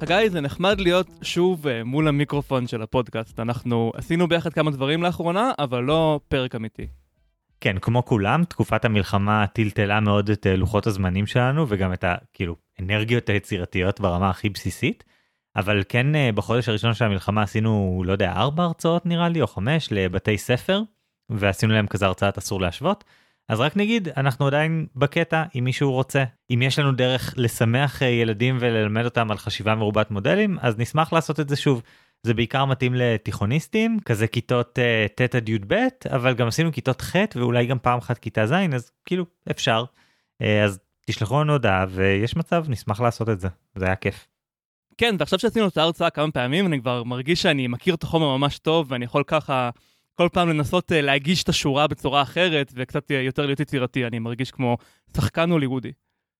חגי, זה נחמד להיות שוב מול המיקרופון של הפודקאסט. אנחנו עשינו ביחד כמה דברים לאחרונה, אבל לא פרק אמיתי. כן, כמו כולם, תקופת המלחמה טלטלה מאוד את לוחות הזמנים שלנו, וגם את האנרגיות היצירתיות ברמה הכי בסיסית. אבל כן, בחודש הראשון של המלחמה עשינו, לא יודע, 4 הרצאות נראה לי, או 5 לבתי ספר, ועשינו להם כזה הרצאת אסור להשוות. אז רק נגיד, אנחנו עדיין בקטע, אם מישהו רוצה. אם יש לנו דרך לשמח ילדים וללמד אותם על חשיבה מרובת מודלים, אז נשמח לעשות את זה שוב. זה בעיקר מתאים לתיכוניסטים, כזה כיתות ט' עד י' ב', אבל גם עשינו כיתות ח' ואולי גם פעם אחת כיתה ז', אז כאילו אפשר. אז תשלחו לנו הודעה, ויש מצב, נשמח לעשות את זה. זה היה כיף. כן, ועכשיו שעשינו את ההרצאה כמה פעמים, אני כבר מרגיש שאני מכיר את החומר ממש טוב, ואני יכול ככה כל פעם לנסות להגיש את השורה בצורה אחרת, וקצת יותר להיות יצירתי, אני מרגיש כמו שחקן הוליוודי.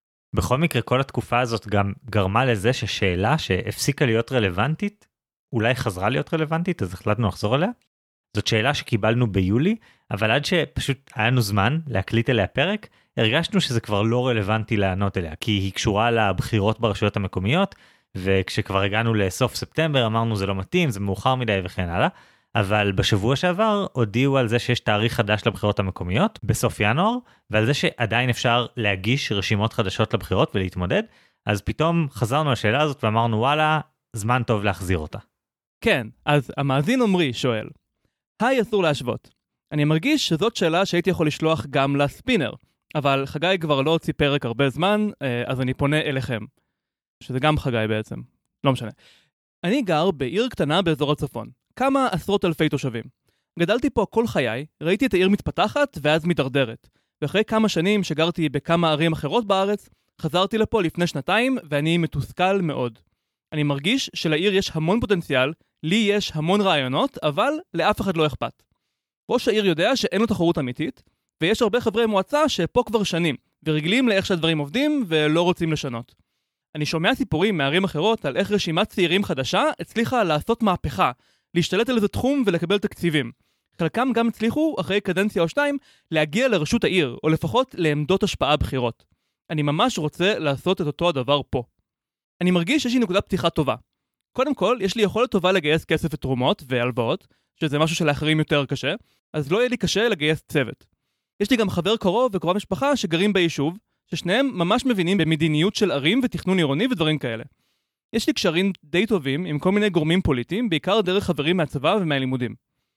בכל מקרה, כל התקופה הזאת גם גרמה לזה ששאלה שהפסיקה להיות רלוונטית, אולי חזרה להיות רלוונטית, אז החלטנו לחזור עליה. זאת שאלה שקיבלנו ביולי, אבל עד שפשוט היה לנו זמן להקליט אליה פרק, הרגשנו שזה כבר לא רלוונטי לענות אליה, כי היא קשורה לבחירות ברשויות המקומיות, וכשכבר הגענו לסוף ספטמבר, אמרנו זה לא מתאים, זה מאוחר מדי וכן הלאה, אבל בשבוע שעבר הודיעו על זה שיש תאריך חדש לבחירות המקומיות, בסוף ינואר, ועל זה שעדיין אפשר להגיש רשימות חדשות לבחירות ולהתמודד, אז פתאום חזרנו לשאלה הזאת ואמרנו וואלה, זמן טוב להחזיר אותה. כן, אז המאזין עומרי שואל, היי, אסור להשוות. אני מרגיש שזאת שאלה שהייתי יכול לשלוח גם לספינר, אבל חגי כבר לא הוציא פרק הרבה זמן, אז אני פונה אליכם. שזה גם חגי בעצם, לא משנה. אני גר בעיר קטנה באזור הצפון, כמה עשרות אלפי תושבים. גדלתי פה כל חיי, ראיתי את העיר מתפתחת ואז מתדרדרת. ואחרי כמה שנים שגרתי בכמה ערים אחרות בארץ, חזרתי לפה לפני 2 ואני מתוסכל מאוד. אני מרגיש שלעיר יש המון פוטנציאל, לי יש המון רעיונות, אבל לאף אחד לא אכפת. ראש העיר יודע שאין לו תחרות אמיתית, ויש הרבה חברי מועצה שפה כבר שנים, ורגילים לאיך שהדברים עובדים ולא רוצים לשנות. אני שומע סיפורים מערים אחרות על איך רשימת צעירים חדשה הצליחה לעשות מהפכה, להשתלט על איזה תחום ולקבל תקציבים. חלקם גם הצליחו, אחרי קדנציה או 2, להגיע לרשות העיר, או לפחות לעמדות השפעה בחירות. אני ממש רוצה לעשות את אותו הדבר פה. אני מרגיש שיש לי נקודת פתיחה טובה. קודם כל, יש לי יכולת טובה לגייס כסף ותרומות והלוואות, שזה משהו שלאחרים יותר קשה, אז לא יהיה לי קשה לגייס צוות. יש לי גם חבר קרוב וקרוב משפחה שגרים ביישוב, ששניהם ממש מבינים במדיניות של ערים ותכנון עירוני ודברים כאלה. יש לי קשרים די טובים עם כל מיני גורמים פוליטיים, בעיקר דרך חברים מהצבא ומהלימודים.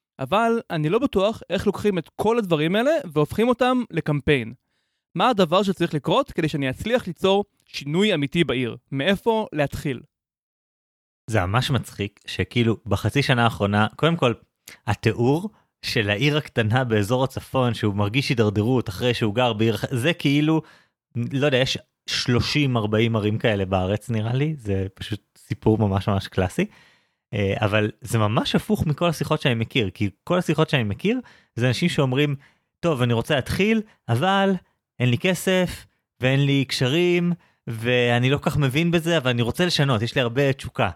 אבל אני לא בטוח איך לוקחים את כל הדברים האלה והופכים אותם לקמפיין. מה הדבר שצריך לקרות כדי שאני אצליח ליצור שינוי אמיתי בעיר? מאיפה להתחיל? זה ממש מצחיק שכאילו בחצי שנה האחרונה, קודם כל, התיאור של העיר הקטנה באזור הצפון, שהוא מרגיש הידרדרות אחרי שהוא גר בעיר, זה כאילו, לא יודע, יש 30-40 ערים כאלה בארץ נראה לי, זה פשוט סיפור ממש ממש קלאסי, אבל זה ממש הפוך מכל השיחות שאני מכיר, כי כל השיחות שאני מכיר, זה אנשים שאומרים, טוב, אני רוצה להתחיל, אבל אין לי כסף, ואין לי קשרים, ואני לא כך מבין בזה, אבל אני רוצה לשנות, יש לי הרבה תשוקה.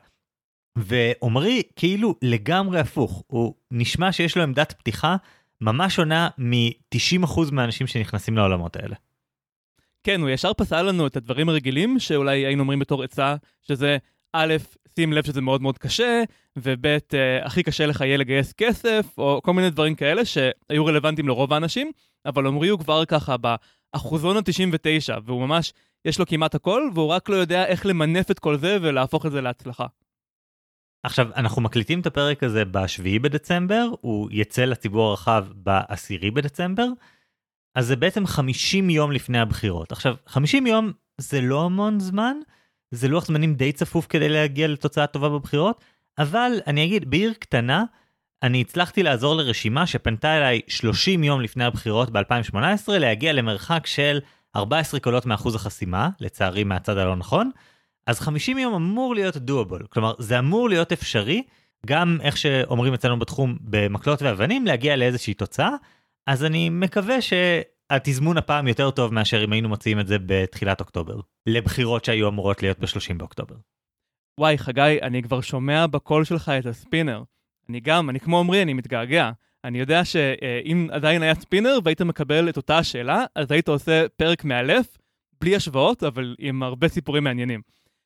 ועומרי כאילו לגמרי הפוך, הוא נשמע שיש לו עמדת פתיחה, ממש שונה מ-90% מהאנשים שנכנסים לעולמות האלה. כן, הוא ישר פסל לנו את הדברים הרגילים, שאולי היינו אומרים בתור עצה, שזה א', שים לב שזה מאוד מאוד קשה, וב', הכי קשה לך יהיה לגייס כסף, או כל מיני דברים כאלה שהיו רלוונטיים לרוב האנשים, אבל עומרי הוא כבר ככה באחוזון ה-99, והוא ממש, יש לו כמעט הכל, והוא רק לא יודע איך למנף את כל זה ולהפוך את זה להצלחה. עכשיו, אנחנו מקליטים את הפרק הזה ב7 בדצמבר, הוא יצא לציבור הרחב ב10 בדצמבר, אז זה בעצם 50 יום לפני הבחירות. עכשיו, 50 יום זה לא המון זמן, זה לוח זמנים די צפוף כדי להגיע לתוצאה טובה בבחירות, אבל אני אגיד, בעיר קטנה, אני הצלחתי לעזור לרשימה שפנתה אליי 30 יום לפני הבחירות ב-2018, להגיע למרחק של 14 קולות מאחוז החסימה, לצערי מהצד הלא נכון, אז 50 יום אמור להיות doable, כלומר זה אמור להיות אפשרי, גם איך שאומרים אצלנו בתחום במקלות ואבנים, להגיע לאיזושהי תוצאה, אז אני מקווה שהתזמון הפעם יותר טוב מאשר אם היינו מוציאים את זה בתחילת אוקטובר, לבחירות שהיו אמורות להיות ב-30 באוקטובר. וואי חגי, אני כבר שומע בקול שלך את הספינר. אני כמו עומרי, אני מתגעגע. אני יודע שאם עדיין היה ספינר והיית מקבל את אותה השאלה, אז היית עושה פרק מאלף, בלי השוואות, אבל עם הרבה סיפורים מעניינים.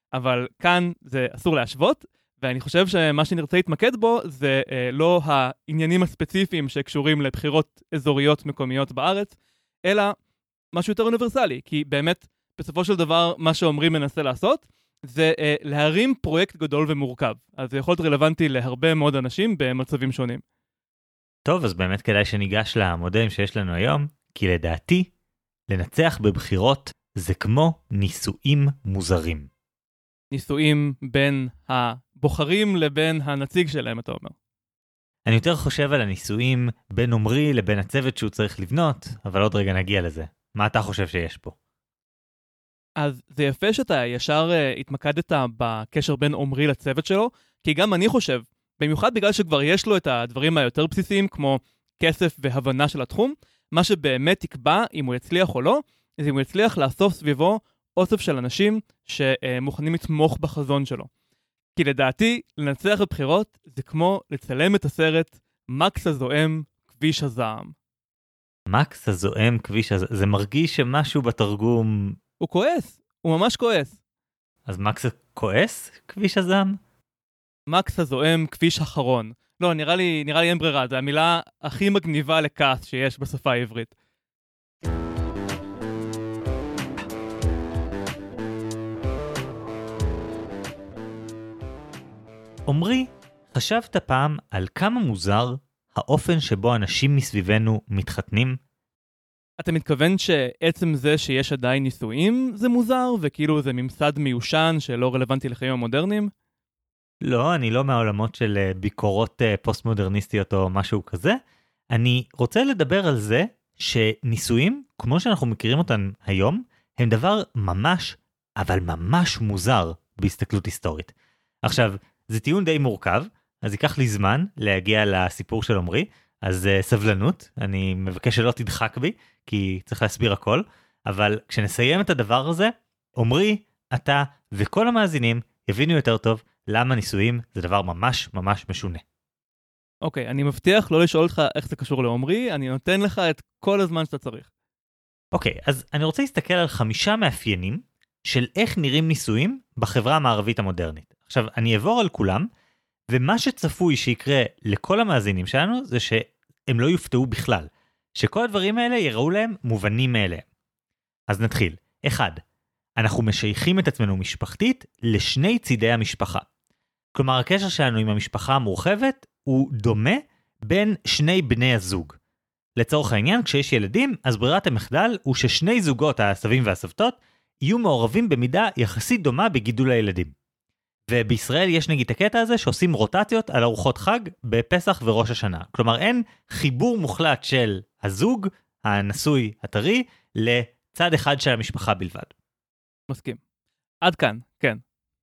אבל כאן זה אסור להשוות, ואני חושב שמה שנרצה להתמקד בו זה לא העניינים הספציפיים שקשורים לבחירות אזוריות מקומיות בארץ, אלא משהו יותר אוניברסלי, כי באמת בסופו של דבר מה שאומרים מנסה לעשות, זה להרים פרויקט גדול ומורכב. אז זה יכול להיות רלוונטי להרבה מאוד אנשים במצבים שונים. טוב, אז באמת כדאי שניגש למודלים שיש לנו היום, כי לדעתי, לנצח בבחירות זה כמו ניסויים מוזרים. ניסויים בין הבוחרים לבין הנציג שלהם, אתה אומר. אני יותר חושב על הניסויים בין עומרי לבין הצוות שהוא צריך לבנות, אבל עוד רגע נגיע לזה. מה אתה חושב שיש פה? אז זה יפה שאתה ישר התמקדת בקשר בין עומרי לצוות שלו, כי גם אני חושב, במיוחד בגלל שכבר יש לו את הדברים היותר בסיסיים, כמו כסף והבנה של התחום, מה שבאמת יקבע אם הוא יצליח או לא, זה אם הוא יצליח לאסוף סביבו אוסף של אנשים שמוכנים לתמוך בחזון שלו. כי לדעתי, לנצח בבחירות זה כמו לצלם את הסרט מקס הזועם, כביש הזעם. מקס הזועם, כביש הזעם, זה מרגיש שמשהו בתרגום... הוא כועס, הוא ממש כועס. אז מקס כועס, כביש הזעם? מקס הזועם, כביש אחרון. לא, נראה לי אין ברירה, זו המילה הכי מגניבה לכעס שיש בשפה העברית. עומרי, חשבת פעם על כמה מוזר האופן שבו אנשים מסביבנו מתחתנים? אתה מתכוון שעצם זה שיש עדיין נישואים זה מוזר, וכאילו זה ממסד מיושן שלא רלוונטי לחיים המודרניים? לא, אני לא מהעולמות של ביקורות פוסט-מודרניסטיות או משהו כזה. אני רוצה לדבר על זה שנישואים, כמו שאנחנו מכירים אותם היום, הם דבר ממש, אבל ממש מוזר בהסתכלות היסטורית. עכשיו, זה טיעון די מורכב, אז ייקח לי זמן להגיע לסיפור של עומרי, אז סבלנות, אני מבקש שלא תדחק בי, כי צריך להסביר הכל, אבל כשנסיים את הדבר הזה, עומרי, אתה וכל המאזינים יבינו יותר טוב למה נישואים זה דבר ממש ממש משונה. אוקיי, אני מבטיח לא לשאול אותך איך זה קשור לעומרי, אני נותן לך את כל הזמן שאתה צריך. אוקיי, אז אני רוצה להסתכל על 5 מאפיינים של איך נראים נישואים בחברה המערבית המודרנית. עכשיו, אני אעבור על כולם, ומה שצפוי שיקרה לכל המאזינים שלנו זה שהם לא יופתעו בכלל, שכל הדברים האלה יראו להם מובנים מאליהם. אז נתחיל. 1. אנחנו משייכים את עצמנו משפחתית לשני צידי המשפחה. כלומר, הקשר שלנו עם המשפחה המורחבת הוא דומה בין שני בני הזוג. לצורך העניין, כשיש ילדים, אז ברירת המחדל הוא ששני זוגות, הסבים והסבתות, יהיו מעורבים במידה יחסית דומה בגידול הילדים. ובישראל יש נגיד הקטע הזה שעושים רוטציות על ארוחות חג בפסח וראש השנה. כלומר, אין חיבור מוחלט של הזוג, הנשוי הטרי, לצד אחד של המשפחה בלבד. מסכים. עד כאן, כן.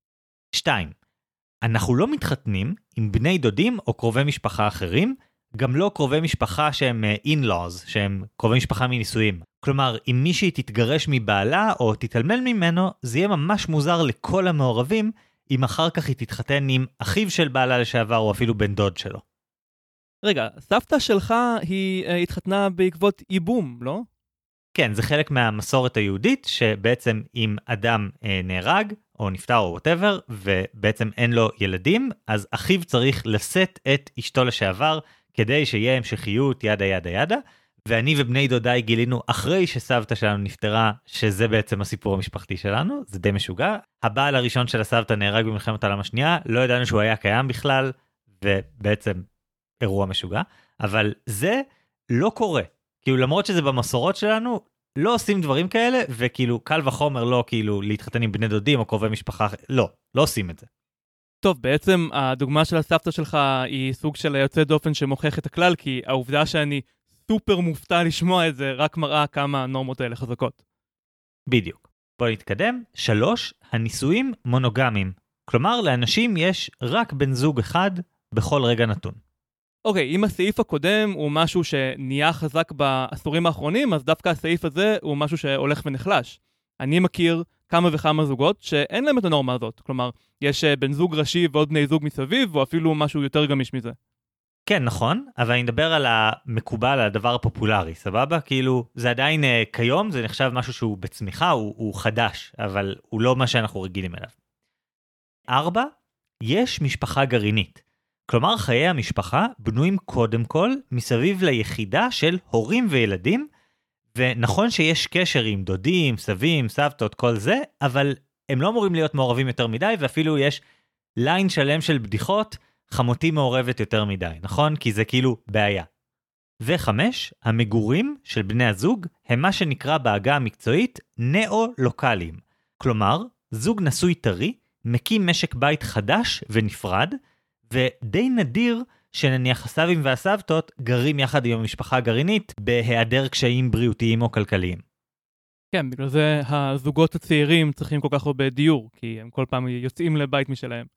2. אנחנו לא מתחתנים עם בני דודים או קרובי משפחה אחרים, גם לא קרובי משפחה שהם in-laws, שהם קרובי משפחה מנישואים. כלומר, אם מישהי תתגרש מבעלה או תתעלמל ממנו, זה יהיה ממש מוזר לכל המעורבים, אם אחר כך היא תתחתן עם אחיו של בעלה לשעבר או אפילו בן דוד שלו. רגע, סבתא שלך היא התחתנה בעקבות ייבום, לא? כן, זה חלק מהמסורת היהודית, שבעצם אם אדם נהרג או נפטר או whatever, ובעצם אין לו ילדים, אז אחיו צריך לשאת את אשתו לשעבר, כדי שיהיה המשכיות ידה ידה ידה, ואני ובני דודיי גילינו אחרי שסבתא שלנו נפטרה, שזה בעצם הסיפור המשפחתי שלנו, זה די משוגע. הבעל הראשון של הסבתא נהרג במלחמת העולם השנייה, לא ידענו שהוא היה קיים בכלל, ובעצם אירוע משוגע, אבל זה לא קורה. כאילו למרות שזה במסורות שלנו, לא עושים דברים כאלה, וכאילו קל וחומר לא כאילו להתחתן עם בני דודים או קרובי משפחה, לא עושים את זה. טוב, בעצם הדוגמה של הסבתא שלך היא סוג של יוצא דופן שמוכיח את הכלל, כי העובדה שאני סופר מופתע לשמוע את זה, רק מראה כמה הנורמות האלה חזקות. בדיוק. בוא נתקדם. 3. הנישואים מונוגמיים. כלומר, לאנשים יש רק בן זוג אחד בכל רגע נתון. אוקיי, אם הסעיף הקודם הוא משהו שנהיה חזק בעשורים האחרונים, אז דווקא הסעיף הזה הוא משהו שהולך ונחלש. אני מכיר כמה וכמה זוגות שאין להם את הנורמה הזאת. כלומר, יש בן זוג ראשי ועוד בני זוג מסביב, או אפילו משהו יותר גמיש מזה. כן, נכון, אבל אני מדבר על המקובל, על הדבר הפופולרי, סבבה? כאילו, זה עדיין כיום, זה נחשב משהו שהוא בצמיחה, הוא חדש, אבל הוא לא מה שאנחנו רגילים אליו. 4. יש משפחה גרעינית. כלומר, חיי המשפחה בנויים קודם כל מסביב ליחידה של הורים וילדים, ונכון שיש קשר עם דודים, סבים, סבתות, כל זה, אבל הם לא אמורים להיות מעורבים יותר מדי, ואפילו יש ליין שלם של בדיחות, חמותי מעורבת יותר מדי, נכון? כי זה כאילו בעיה. ו5, המגורים של בני הזוג הם מה שנקרא בעגה המקצועית נאו-לוקליים. כלומר, זוג נשוי טרי מקים משק בית חדש ונפרד, ודי נדיר שנניח הסבים והסבתות גרים יחד עם המשפחה הגרעינית בהיעדר קשיים בריאותיים או כלכליים. כן, בגלל זה הזוגות הצעירים צריכים כל כך הרבה דיור, כי הם כל פעם יוצאים לבית משלהם.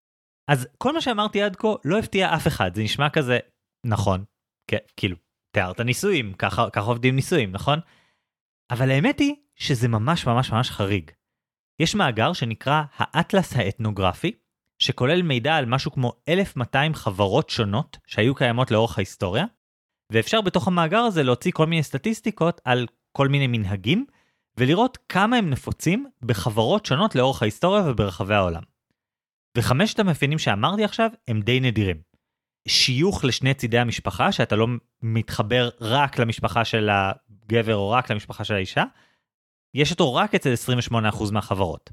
אז כל מה שאמרתי עד כה לא הפתיע אף אחד, זה נשמע כזה נכון, כאילו, תיארת ניסויים, ככה עובדים ניסויים, נכון? אבל האמת היא שזה ממש ממש ממש חריג. יש מאגר שנקרא האטלס האתנוגרפי, שכולל מידע על משהו כמו 1,200 חברות שונות שהיו קיימות לאורך ההיסטוריה, ואפשר בתוך המאגר הזה להוציא כל מיני סטטיסטיקות על כל מיני מנהגים, ולראות כמה הם נפוצים בחברות שונות לאורך ההיסטוריה וברחבי העולם. וחמשת המאפיינים שאמרתי עכשיו הם די נדירים. שיוך לשני צידי המשפחה, שאתה לא מתחבר רק למשפחה של הגבר או רק למשפחה של האישה, יש אותו רק אצל 28% מהחברות.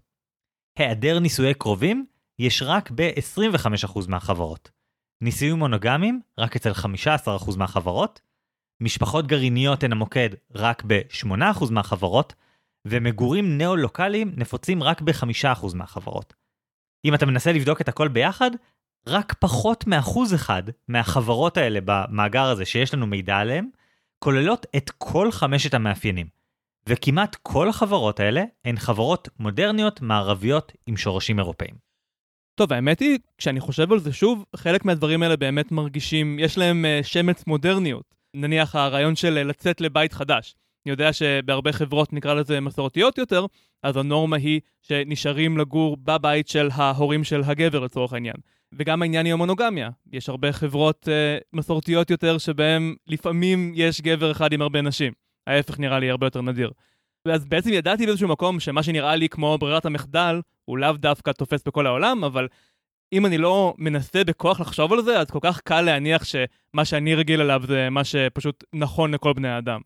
היעדר נישואי קרובים יש רק ב-25% מהחברות. נישואים מונוגמיים רק אצל 15% מהחברות, משפחות גרעיניות הן המוקד רק ב-8% מהחברות, ומגורים נאו-לוקליים נפוצים רק ב-5% מהחברות. אם אתה מנסה לבדוק את הכל ביחד, רק פחות מ1% מהחברות האלה במאגר הזה שיש לנו מידע עליהם, כוללות את כל 5 המאפיינים. וכמעט כל החברות האלה הן חברות מודרניות מערביות עם שורשים אירופאים. טוב, האמת היא, כשאני חושב על זה שוב, חלק מהדברים האלה באמת מרגישים, יש להם שמץ מודרניות. נניח הרעיון של לצאת לבית חדש. אני יודע שבהרבה חברות נקרא לזה מסורתיות יותר, אז הנורמה היא שנשארים לגור בבית של ההורים של הגבר לצורך העניין. וגם העניין היא המונוגמיה. יש הרבה חברות מסורתיות יותר שבהם לפעמים יש גבר אחד עם הרבה נשים. ההפך נראה לי הרבה יותר נדיר. ואז בעצם ידעתי באיזשהו מקום שמה שנראה לי כמו ברירת המחדל, הוא לאו דווקא תופס בכל העולם, אבל אם אני לא מנסה בכוח לחשוב על זה, אז כל כך קל להניח שמה שאני רגיל עליו זה מה שפשוט נכון לכל בני האדם.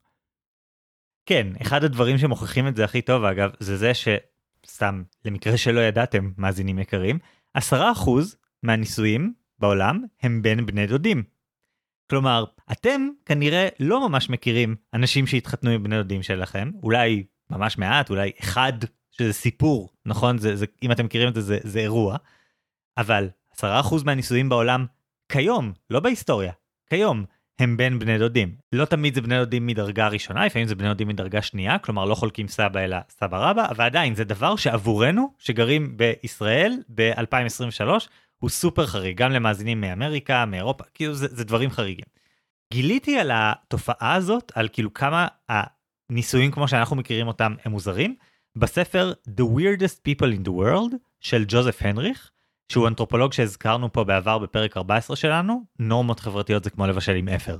כן, אחד הדברים שמוכיחים את זה הכי טוב, אגב, זה סתם, למקרה שלא ידעתם, מאזינים יקרים, 10% מהנישואים בעולם הם בין בני דודים. כלומר, אתם כנראה לא ממש מכירים אנשים שהתחתנו עם בני דודים שלכם, אולי ממש מעט, אולי אחד, שזה סיפור, נכון? אם אתם מכירים את זה, זה אירוע, אבל 10% מהנישואים בעולם כיום, לא בהיסטוריה, כיום, הם בין בני דודים. לא תמיד זה בני דודים מדרגה ראשונה, לפעמים זה בני דודים מדרגה שנייה, כלומר לא חולקים סבא אלא סבא רבא, אבל עדיין זה דבר שעבורנו, שגרים בישראל ב-2023, הוא סופר חריג, גם למאזינים מאמריקה, מאירופה, כאילו זה דברים חריגים. גיליתי על התופעה הזאת, על כאילו כמה הניסויים כמו שאנחנו מכירים אותם הם מוזרים, בספר The Weirdest People in the World של ג'וזף הנריך, שהוא אנתרופולוג שהזכרנו פה בעבר בפרק 14 שלנו, נורמות חברתיות זה כמו לבשל עם אפר.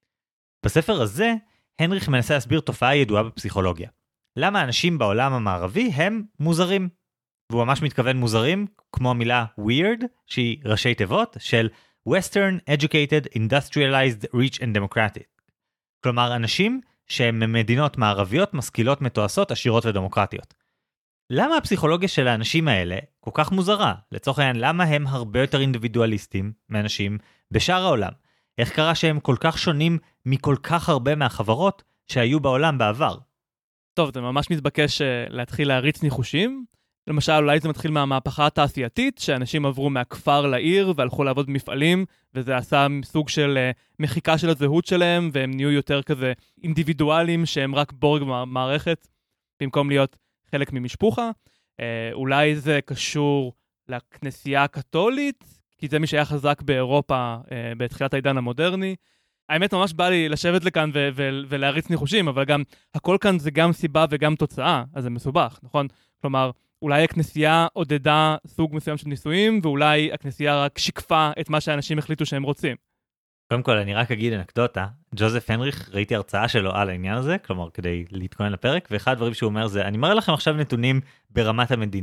בספר הזה, הנריך מנסה להסביר תופעה ידועה בפסיכולוגיה. למה אנשים בעולם המערבי הם מוזרים? והוא ממש מתכוון מוזרים, כמו המילה weird, שהיא ראשי תיבות, של Western Educated Industrialized Rich and Democratic. כלומר, אנשים שהם ממדינות מערביות, משכילות, מתועשות, עשירות ודמוקרטיות. למה הפסיכולוגיה של האנשים האלה כל כך מוזרה? לצורך העניין, למה הם הרבה יותר אינדיבידואליסטים מאנשים בשאר העולם? איך קרה שהם כל כך שונים מכל כך הרבה מהחברות שהיו בעולם בעבר? טוב, זה ממש מתבקש להתחיל להריץ ניחושים. למשל, אולי זה מתחיל מהמהפכה התעשייתית, שאנשים עברו מהכפר לעיר והלכו לעבוד במפעלים, וזה עשה סוג של מחיקה של הזהות שלהם, והם נהיו יותר כזה אינדיבידואלים שהם רק בורג במערכת, במקום להיות חלק ממשפחה. אולי זה קשור לכנסייה הקתולית, כי זה מי שהיה חזק באירופה בתחילת העידן המודרני. האמת ממש בא לי לשבת לכאן ולהריץ ניחושים, אבל גם הכל כאן זה גם סיבה וגם תוצאה, אז זה מסובך, נכון? כלומר, אולי הכנסייה עודדה סוג מסוים של נישואים, ואולי הכנסייה רק שיקפה את מה שאנשים החליטו שהם רוצים. קודם כל, אני רק אגיד אנקדוטה, ג'וזף הנריך, ראיתי הרצאה שלו על העניין הזה, כלומר, כדי להתכונן לפרק, ואחד הדברים שהוא אומר זה, אני מראה לכם עכשיו נתונים ברמת המדינה.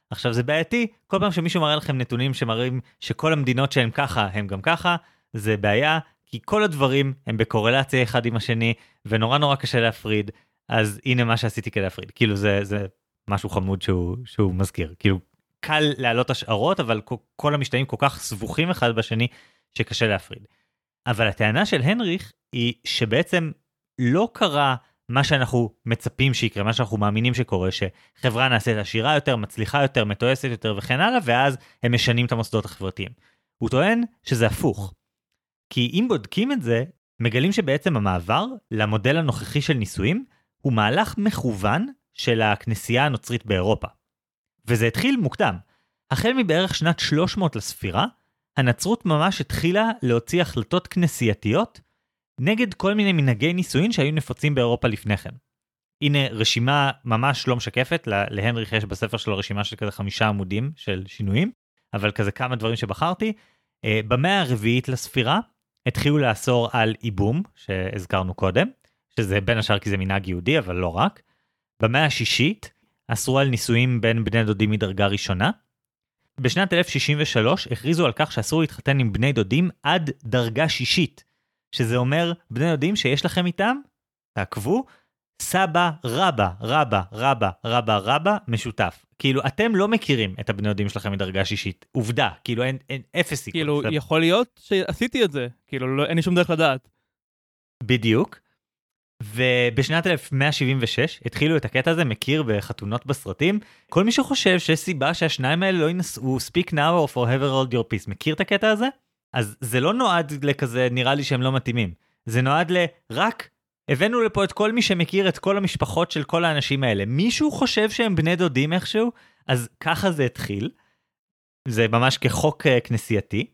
עכשיו זה בעייתי, כל פעם שמישהו מראה לכם נתונים שמראים שכל המדינות שהן ככה, הם גם ככה, זה בעיה, כי כל הדברים הם בקורלציה אחד עם השני, ונורא נורא קשה להפריד, אז הנה מה שעשיתי כדי להפריד. כאילו זה משהו חמוד שהוא מזכיר. כאילו קל להעלות השערות, אבל כל המשתנים כל כך סבוכים אחד בשני, שקשה להפריד. אבל הטענה של הנריך היא שבעצם לא קרה מה שאנחנו מצפים שיקרה, מה שאנחנו מאמינים שקורה, שחברה נעשית עשירה יותר, מצליחה יותר, מתועסת יותר וכן הלאה, ואז הם משנים את המוסדות החברתיים. הוא טוען שזה הפוך. כי אם בודקים את זה, מגלים שבעצם המעבר למודל הנוכחי של נישואים, הוא מהלך מכוון של הכנסייה הנוצרית באירופה. וזה התחיל מוקדם. החל מבערך שנת 300 לספירה, הנצרות ממש התחילה להוציא החלטות כנסייתיות נגד כל מיני מנהגי נישואין שהיו נפוצים באירופה לפני כן. הנה רשימה ממש לא משקפת, להנריך יש בספר שלו רשימה של כזה 5 עמודים של שינויים, אבל כזה כמה דברים שבחרתי. במאה הרביעית לספירה התחילו לאסור על איבום, שהזכרנו קודם, שזה בין השאר כי זה מנהג יהודי, אבל לא רק. במאה השישית אסרו על נישואים בין בני דודים מדרגה ראשונה. בשנת 1063 הכריזו על כך שאסור להתחתן עם בני דודים עד דרגה שישית, שזה אומר בני דודים שיש לכם איתם, תעקבו, סבא רבא, רבא, רבא, רבא, רבא, משותף. כאילו אתם לא מכירים את הבני דודים שלכם מדרגה שישית, עובדה, כאילו אין אפס סיכוי. כאילו יכול להיות שעשיתי את זה, כאילו אין לי שום דרך לדעת. בדיוק. ובשנת 1176 התחילו את הקטע הזה, מכיר בחתונות בסרטים, כל מי שחושב שיש סיבה שהשניים האלה לא ינסו speak now or forever hold your peace, מכיר את הקטע הזה? אז זה לא נועד לכזה, נראה לי שהם לא מתאימים. זה נועד רק הבאנו לפה את כל מי שמכיר את כל המשפחות של כל האנשים האלה. מישהו חושב שהם בני דודים איכשהו? אז ככה זה התחיל. זה ממש כחוק כנסייתי.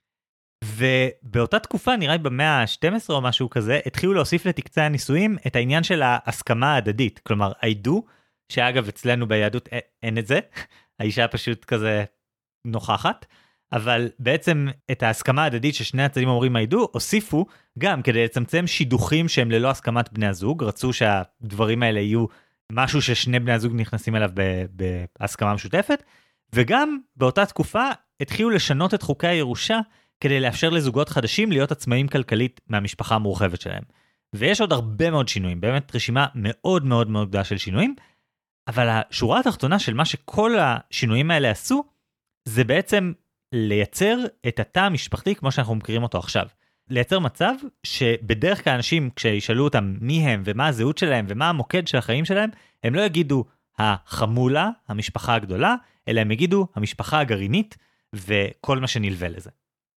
ובאותה תקופה, נראה לי במאה ה-12 או משהו כזה, התחילו להוסיף לתקצי הנישואים את העניין של ההסכמה ההדדית. כלומר, I do, שאגב אצלנו ביהדות אין את זה. האישה פשוט כזה נוכחת. אבל בעצם את ההסכמה ההדדית ששני הצדדים אומרים I do, הוסיפו גם כדי לצמצם שידוכים שהם ללא הסכמת בני הזוג. רצו שהדברים האלה יהיו משהו ששני בני הזוג נכנסים אליו בהסכמה משותפת. וגם באותה תקופה התחילו לשנות את חוקי הירושה, כדי לאפשר לזוגות חדשים להיות עצמאים כלכלית מהמשפחה המורחבת שלהם. ויש עוד הרבה מאוד שינויים, באמת רשימה מאוד מאוד מאוד גדולה של שינויים, אבל השורה התחתונה של מה שכל השינויים האלה עשו, זה בעצם לייצר את התא המשפחתי כמו שאנחנו מכירים אותו עכשיו. לייצר מצב שבדרך כלל אנשים כשישאלו אותם מי הם ומה הזהות שלהם ומה המוקד של החיים שלהם, הם לא יגידו החמולה, המשפחה הגדולה, אלא הם יגידו המשפחה הגרעינית וכל מה שנלווה לזה.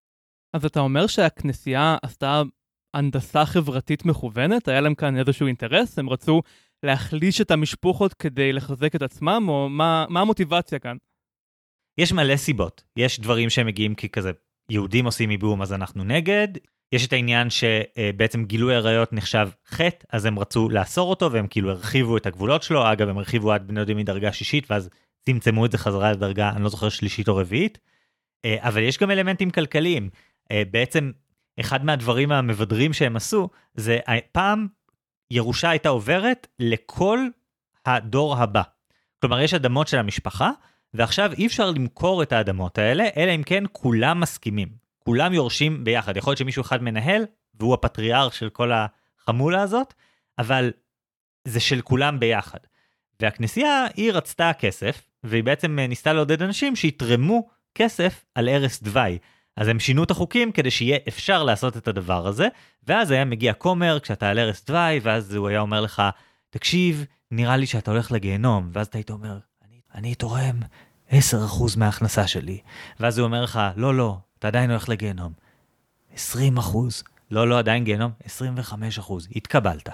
אז אתה אומר שהכנסייה עשתה הנדסה חברתית מכוונת? היה להם כאן איזשהו אינטרס? הם רצו להחליש את המשפחות כדי לחזק את עצמם? או מה המוטיבציה כאן? יש מלא סיבות. יש דברים שהם מגיעים כי כזה יהודים עושים איבום אז אנחנו נגד. יש את העניין שבעצם גילוי עריות נחשב חטא, אז הם רצו לאסור אותו והם כאילו הרחיבו את הגבולות שלו. אגב, הם הרחיבו עד בני דודים מדרגה שישית ואז צמצמו את זה חזרה לדרגה, אני לא זוכר שלישית או רביעית. אבל יש גם אלמנטים כלכליים. בעצם אחד מהדברים המבדרים שהם עשו, זה פעם ירושה הייתה עוברת לכל הדור הבא. כלומר, יש אדמות של המשפחה, ועכשיו אי אפשר למכור את האדמות האלה, אלא אם כן כולם מסכימים. כולם יורשים ביחד. יכול להיות שמישהו אחד מנהל, והוא הפטריארך של כל החמולה הזאת, אבל זה של כולם ביחד. והכנסייה היא רצתה כסף, והיא בעצם ניסתה לעודד אנשים שיתרמו כסף על ערש דווי. אז הם שינו את החוקים כדי שיהיה אפשר לעשות את הדבר הזה, ואז היה מגיע כומר כשאתה על ערש דווי, ואז הוא היה אומר לך, תקשיב, נראה לי שאתה הולך לגיהנום, ואז אתה היית אומר, אני תורם 10% מההכנסה שלי, ואז הוא אומר לך, לא, אתה עדיין הולך לגיהנום, 20%, לא, עדיין גיהנום, 25%, התקבלת.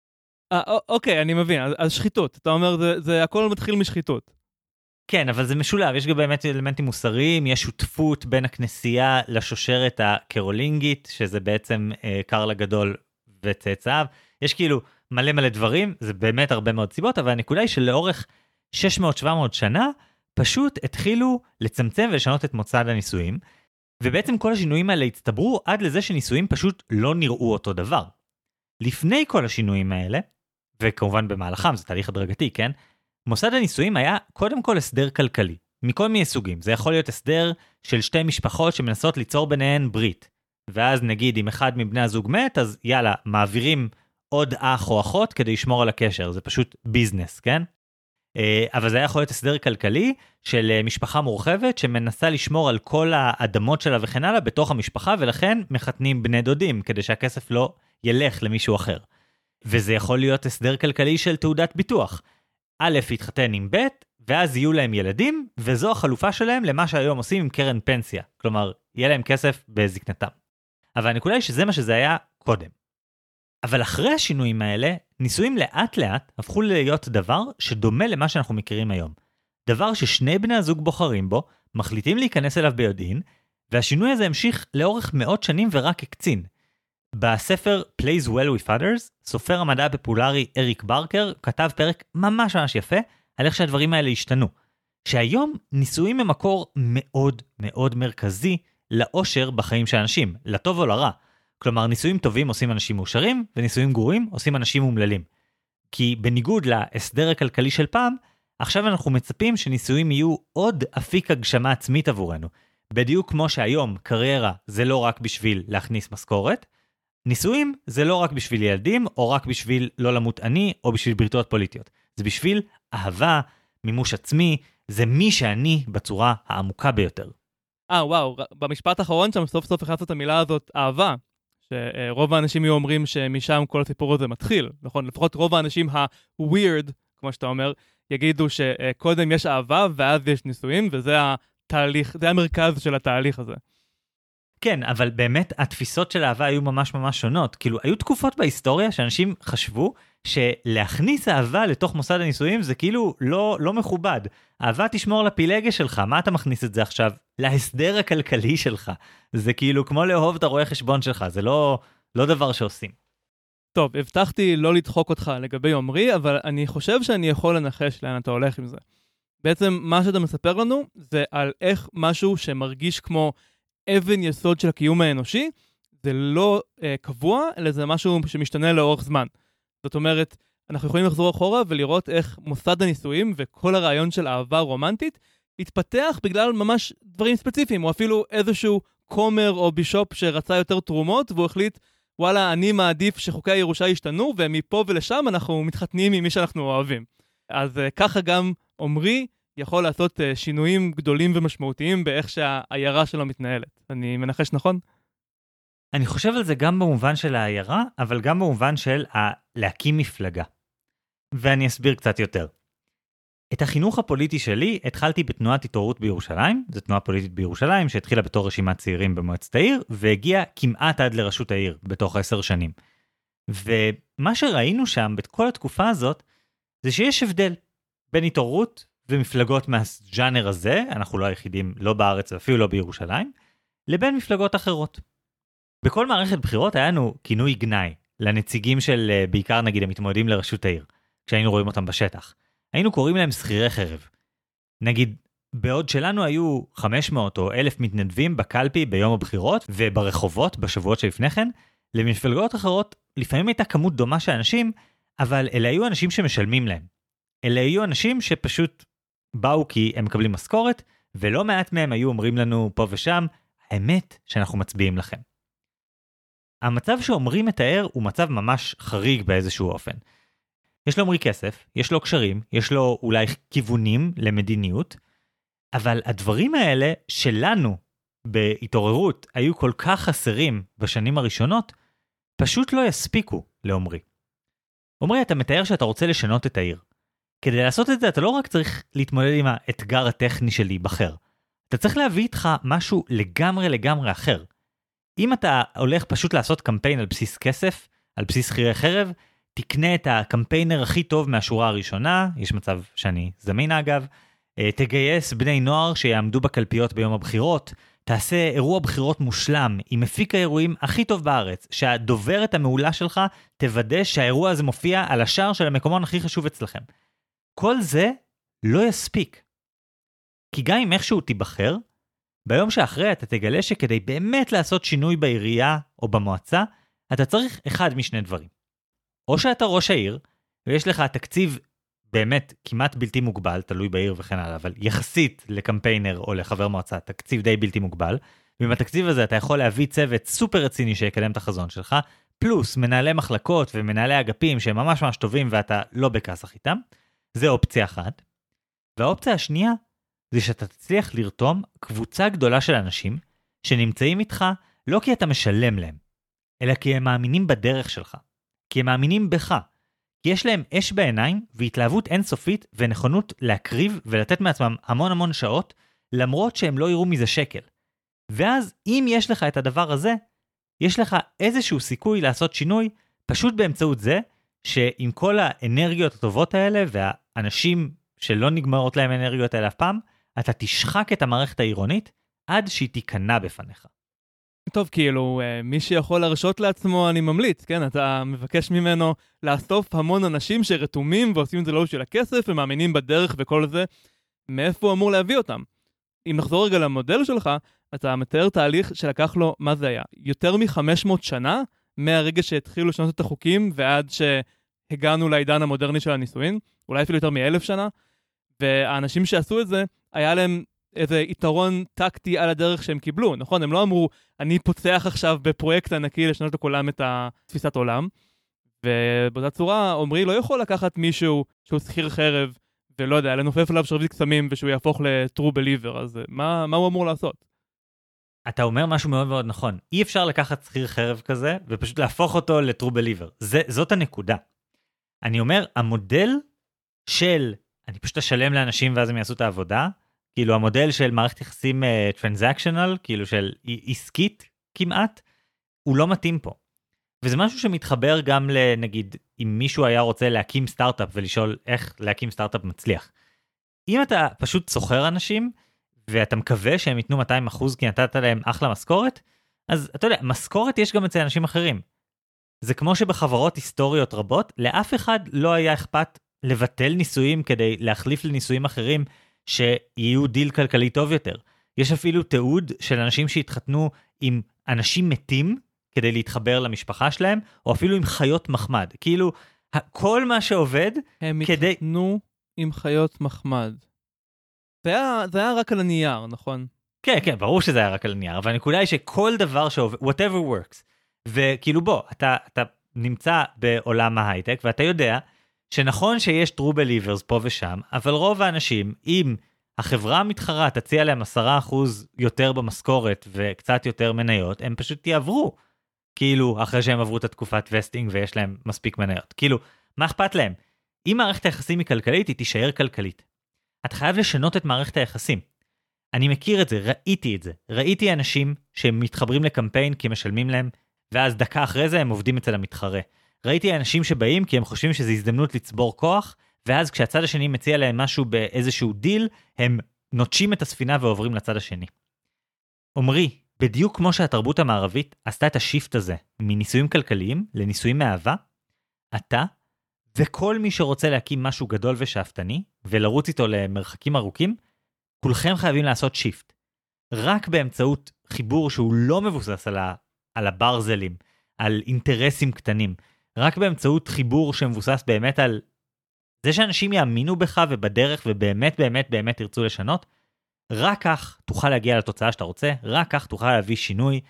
אוקיי, אני מבין, אז שחיתות, אתה אומר, זה הכל מתחיל משחיתות. כן, אבל זה משולב, יש גם באמת אלמנטים מוסריים, יש שותפות בין הכנסייה לשושרת הקרולינגית, שזה בעצם קרל הגדול וצאצאיו, יש כאילו מלא דברים, זה באמת הרבה מאוד סיבות, אבל הנקודה היא שלאורך 600-700 שנה, פשוט התחילו לצמצם ולשנות את מוצד הנישואים, ובעצם כל השינויים האלה הצטברו עד לזה שנישואים פשוט לא נראו אותו דבר. לפני כל השינויים האלה, וכמובן במהלכם, זה תהליך הדרגתי, כן? מוסד הנישואים היה קודם כל הסדר כלכלי. מכל מיני סוגים. זה יכול להיות הסדר של שתי משפחות שמנסות ליצור ביניהן ברית. ואז נגיד אם אחד מבני הזוג מת, אז יאללה, מעבירים עוד אח או אחות כדי לשמור על הקשר. זה פשוט ביזנס, כן? אבל זה יכול להיות הסדר כלכלי של משפחה מורחבת שמנסה לשמור על כל האדמות שלה וכן הלאה בתוך המשפחה, ולכן מחתנים בני דודים כדי שהכסף לא ילך למישהו אחר. וזה יכול להיות הסדר כלכלי של תעודת ביטוח. א' יתחתן עם ב', ואז יהיו להם ילדים, וזו החלופה שלהם למה שהיום עושים עם קרן פנסיה. כלומר, יהיה להם כסף בזקנתם. אבל הנקודה היא שזה מה שזה היה קודם. אבל אחרי השינויים האלה, נישואים לאט לאט הפכו להיות דבר שדומה למה שאנחנו מכירים היום. דבר ששני בני הזוג בוחרים בו, מחליטים להיכנס אליו ביודעין, והשינוי הזה המשיך לאורך מאות שנים ורק הקצין. בספר Plays Well with Others, סופר המדע הפופולרי אריק ברקר כתב פרק ממש ממש יפה על איך שהדברים האלה השתנו. שהיום נישואים הם מקור מאוד מאוד מרכזי לאושר בחיים של אנשים, לטוב או לרע. כלומר, נישואים טובים עושים אנשים מאושרים, ונישואים גרועים עושים אנשים מומללים. כי בניגוד להסדר הכלכלי של פעם, עכשיו אנחנו מצפים שנישואים יהיו עוד אפיק הגשמה עצמית עבורנו. בדיוק כמו שהיום קריירה זה לא רק בשביל להכניס משכורת, נישואים זה לא רק בשביל ילדים, או רק בשביל לא למות עני, או בשביל בריתות פוליטיות. זה בשביל אהבה, מימוש עצמי, זה מי שאני בצורה העמוקה ביותר. וואו, במשפט האחרון שם סוף סוף הכנסנו את המילה הזאת, אהבה. שרוב האנשים יהיו אומרים שמשם כל הסיפור הזה מתחיל, נכון? לפחות רוב האנשים ה-weird, כמו שאתה אומר, יגידו שקודם יש אהבה ואז יש נישואים, וזה התהליך, זה המרכז של התהליך הזה. כן, אבל באמת התפיסות של אהבה היו ממש ממש שונות. כאילו, היו תקופות בהיסטוריה שאנשים חשבו שלהכניס אהבה לתוך מוסד הנישואים זה כאילו לא מכובד. אהבה תשמור לפילגש שלך, מה אתה מכניס את זה עכשיו? להסדר הכלכלי שלך. זה כאילו כמו לאהוב את הרואה חשבון שלך, זה לא דבר שעושים. טוב, הבטחתי לא לדחוק אותך לגבי עומרי, אבל אני חושב שאני יכול לנחש לאן אתה הולך עם זה. בעצם מה שאתה מספר לנו זה על איך משהו שמרגיש כמו אבן יסוד של הקיום האנושי, זה לא קבוע, אלא זה משהו שמשתנה לאורך זמן. זאת אומרת, אנחנו יכולים לחזור אחורה ולראות איך מוסד הנישואים וכל הרעיון של אהבה רומנטית התפתח בגלל ממש דברים ספציפיים, או אפילו איזשהו קומר או בישופ שרצה יותר תרומות, והוא החליט, וואלה, אני מעדיף שחוקי הירושה ישתנו, ומפה ולשם אנחנו מתחתנים עם מי שאנחנו אוהבים. אז ככה גם עומרי יכול לעשות שינויים גדולים ומשמעותיים באיך שהעיירה שלו מתנהלת. אני מנחש נכון? אני חושב על זה גם במובן של העיירה, אבל גם במובן של להקים מפלגה. ואני אסביר קצת יותר. את החינוך הפוליטי שלי התחלתי בתנועת התעוררות בירושלים, זו תנועה פוליטית בירושלים שהתחילה בתור רשימת צעירים במועצת העיר, והגיעה כמעט עד לראשות העיר בתוך 10 שנים. ומה שראינו שם בכל התקופה הזאת, זה שיש הבדל בין התעוררות ומפלגות מהז'אנר הזה, אנחנו לא היחידים, לא בארץ ואפילו לא בירושלים, לבין מפלגות אחרות. בכל מערכת בחירות היה לנו כינוי גנאי, לנציגים של בעיקר נגיד המתמודדים לראשות העיר, כשהיינו רואים אותם בשטח. היינו קוראים להם שכירי חרב. נגיד, בעוד שלנו היו 500 או 1,000 מתנדבים בקלפי ביום הבחירות וברחובות בשבועות שלפני כן, למפלגות אחרות לפעמים הייתה כמות דומה של אנשים, אבל אלה היו אנשים שמשלמים להם. אלה היו אנשים שפשוט באו כי הם מקבלים משכורת, ולא מעט מהם היו אומרים לנו פה ושם, האמת שאנחנו מצביעים לכם. המצב שעומרי מתאר הוא מצב ממש חריג באיזשהו אופן. יש לו עומרי כסף, יש לו קשרים, יש לו אולי כיוונים למדיניות, אבל הדברים האלה שלנו בהתעוררות היו כל כך חסרים בשנים הראשונות, פשוט לא יספיקו לעומרי. עומרי, אתה מתאר שאתה רוצה לשנות את העיר. כדי לעשות את זה אתה לא רק צריך להתמודד עם האתגר הטכני של להיבחר, אתה צריך להביא איתך משהו לגמרי אחר. אם אתה הולך פשוט לעשות קמפיין על בסיס כסף, על בסיס שכירי חרב, תקנה את הקמפיינר הכי טוב מהשורה הראשונה, יש מצב שאני זמין אגב, תגייס בני נוער שיעמדו בקלפיות ביום הבחירות, תעשה אירוע בחירות מושלם עם מפיק האירועים הכי טוב בארץ, שהדוברת המעולה שלך תוודא שהאירוע הזה מופיע על השער של המקומון הכי חשוב אצלכם. כל זה לא יספיק. כי גם אם איכשהו תיבחר, ביום שאחרי אתה תגלה שכדי באמת לעשות שינוי בעירייה או במועצה, אתה צריך אחד משני דברים. או שאתה ראש העיר, ויש לך תקציב באמת כמעט בלתי מוגבל, תלוי בעיר וכן הלאה, אבל יחסית לקמפיינר או לחבר מועצה, תקציב די בלתי מוגבל, ועם התקציב הזה אתה יכול להביא צוות סופר רציני שיקדם את החזון שלך, פלוס מנהלי מחלקות ומנהלי אגפים שהם ממש ממש טובים ואתה לא בכסח איתם, זה אופציה אחת. והאופציה השנייה זה שאתה תצליח לרתום קבוצה גדולה של אנשים שנמצאים איתך לא כי אתה משלם להם, אלא כי הם מאמינים בדרך שלך, כי הם מאמינים בך, כי יש להם אש בעיניים והתלהבות אינסופית ונכונות להקריב ולתת מעצמם המון המון שעות, למרות שהם לא יראו מזה שקל. ואז אם יש לך את הדבר הזה, יש לך איזשהו סיכוי לעשות שינוי, פשוט באמצעות זה, שעם כל האנרגיות הטובות האלה, והאנשים שלא נגמרות להם אנרגיות האלה אף פעם, אתה תשחק את המערכת העירונית, עד שהיא תיכנע בפניך. טוב, כאילו, מי שיכול להרשות לעצמו, אני ממליץ, כן? אתה מבקש ממנו לאסוף המון אנשים שרתומים ועושים את זה לא בשביל הכסף, ומאמינים בדרך וכל זה. מאיפה הוא אמור להביא אותם? אם נחזור רגע למודל שלך, אתה מתאר תהליך שלקח לו, מה זה היה? יותר מ-500 שנה, מהרגע שהתחילו לשנות את החוקים, ועד שהגענו לעידן המודרני של הנישואין, אולי אפילו יותר מ-1000 שנה, והאנשים שעשו את זה, היה להם איזה יתרון טקטי על הדרך שהם קיבלו, נכון? הם לא אמרו, אני פוצח עכשיו בפרויקט ענקי לשנות לכולם את התפיסת עולם, ובאותה צורה, עומרי לא יכול לקחת מישהו שהוא שכיר חרב, ולא יודע, לנופף עליו שרביט קסמים, ושהוא יהפוך ל-true believer, אז מה הוא אמור לעשות? אתה אומר משהו מאוד מאוד נכון. אי אפשר לקחת שכיר חרב כזה, ופשוט להפוך אותו ל-true believer. זאת הנקודה. אני אומר, המודל של, אני פשוט אשלם לאנשים ואז הם יעשו את העבודה, כאילו המודל של מערכת יחסים טרנזקשיונל, כאילו של עסקית כמעט, הוא לא מתאים פה. וזה משהו שמתחבר גם לנגיד, אם מישהו היה רוצה להקים סטארט-אפ ולשאול איך להקים סטארט-אפ מצליח. אם אתה פשוט סוחר אנשים, ואתה מקווה שהם ייתנו 200% כי נתת להם אחלה משכורת, אז אתה יודע, משכורת יש גם אצל אנשים אחרים. זה כמו שבחברות היסטוריות רבות, לאף אחד לא היה אכפת לבטל ניסויים כדי להחליף לניסויים אחרים שיהיו דיל כלכלי טוב יותר. יש אפילו תיעוד של אנשים שהתחתנו עם אנשים מתים כדי להתחבר למשפחה שלהם, או אפילו עם חיות מחמד. כאילו, כל מה שעובד הם כדי... התחתנו עם חיות מחמד. זה היה רק על הנייר, נכון? כן, כן, ברור שזה היה רק על הנייר, אבל הנקודה היא שכל דבר שעובד, whatever works, וכאילו בוא, אתה נמצא בעולם ההייטק, ואתה יודע שנכון שיש true believers פה ושם, אבל רוב האנשים, אם החברה המתחרה תציע להם 10% יותר במשכורת וקצת יותר מניות, הם פשוט יעברו, כאילו אחרי שהם עברו את התקופת וסטינג ויש להם מספיק מניות. כאילו, מה אכפת להם? אם מערכת היחסים היא כלכלית, היא תישאר כלכלית. אתה חייב לשנות את מערכת היחסים. אני מכיר את זה, ראיתי את זה. ראיתי אנשים שהם מתחברים לקמפיין כי משלמים להם, ואז דקה אחרי זה הם עובדים אצל המתחרה. ראיתי אנשים שבאים כי הם חושבים שזו הזדמנות לצבור כוח, ואז כשהצד השני מציע להם משהו באיזשהו דיל, הם נוטשים את הספינה ועוברים לצד השני. עומרי, בדיוק כמו שהתרבות המערבית עשתה את השיפט הזה מניסויים כלכליים לניסויים מאהבה, אתה וכל מי שרוצה להקים משהו גדול ושאפתני, ולרוץ איתו למרחקים ארוכים, כולכם חייבים לעשות שיפט. רק באמצעות חיבור שהוא לא מבוסס על הברזלים, על אינטרסים קטנים, רק באמצעות חיבור שמבוסס באמת על זה שאנשים יאמינו בך ובדרך ובאמת באמת באמת ירצו לשנות, רק כך תוכל להגיע לתוצאה שאתה רוצה, רק כך תוכל להביא שינוי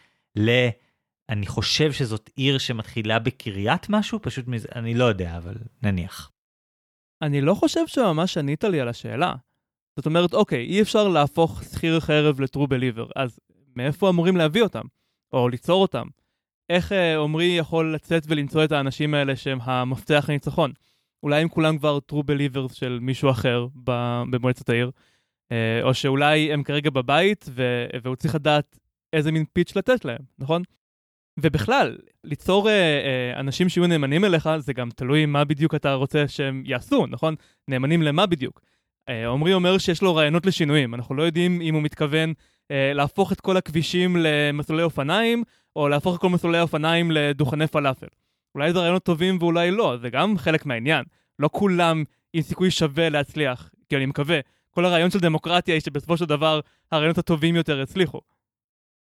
אני חושב שזאת עיר שמתחילה בקריית משהו, פשוט אני לא יודע, אבל נניח. אני לא חושב שממש ענית לי על השאלה. זאת אומרת, אוקיי, אי אפשר להפוך שכיר חרב ל-true believer, אז מאיפה אמורים להביא אותם? או ליצור אותם? איך עומרי יכול לצאת ולמצוא את האנשים האלה שהם המפתח לניצחון? אולי הם כולם כבר true believers של מישהו אחר במועצת העיר, או שאולי הם כרגע בבית והוא צריך לדעת איזה מין פיץ' לתת להם, נכון? ובכלל, ליצור אנשים שיהיו נאמנים אליך, זה גם תלוי מה בדיוק אתה רוצה שהם יעשו, נכון? נאמנים למה בדיוק. עומרי אומר שיש לו רעיונות לשינויים, אנחנו לא יודעים אם הוא מתכוון להפוך את כל הכבישים למסלולי אופניים, או להפוך את כל מסלולי האופניים לדוכני פלאפל. אולי זה רעיונות טובים ואולי לא, זה גם חלק מהעניין. לא כולם עם סיכוי שווה להצליח, כי אני מקווה, כל הרעיון של דמוקרטיה היא שבסופו של דבר הרעיונות הטובים יותר יצליחו.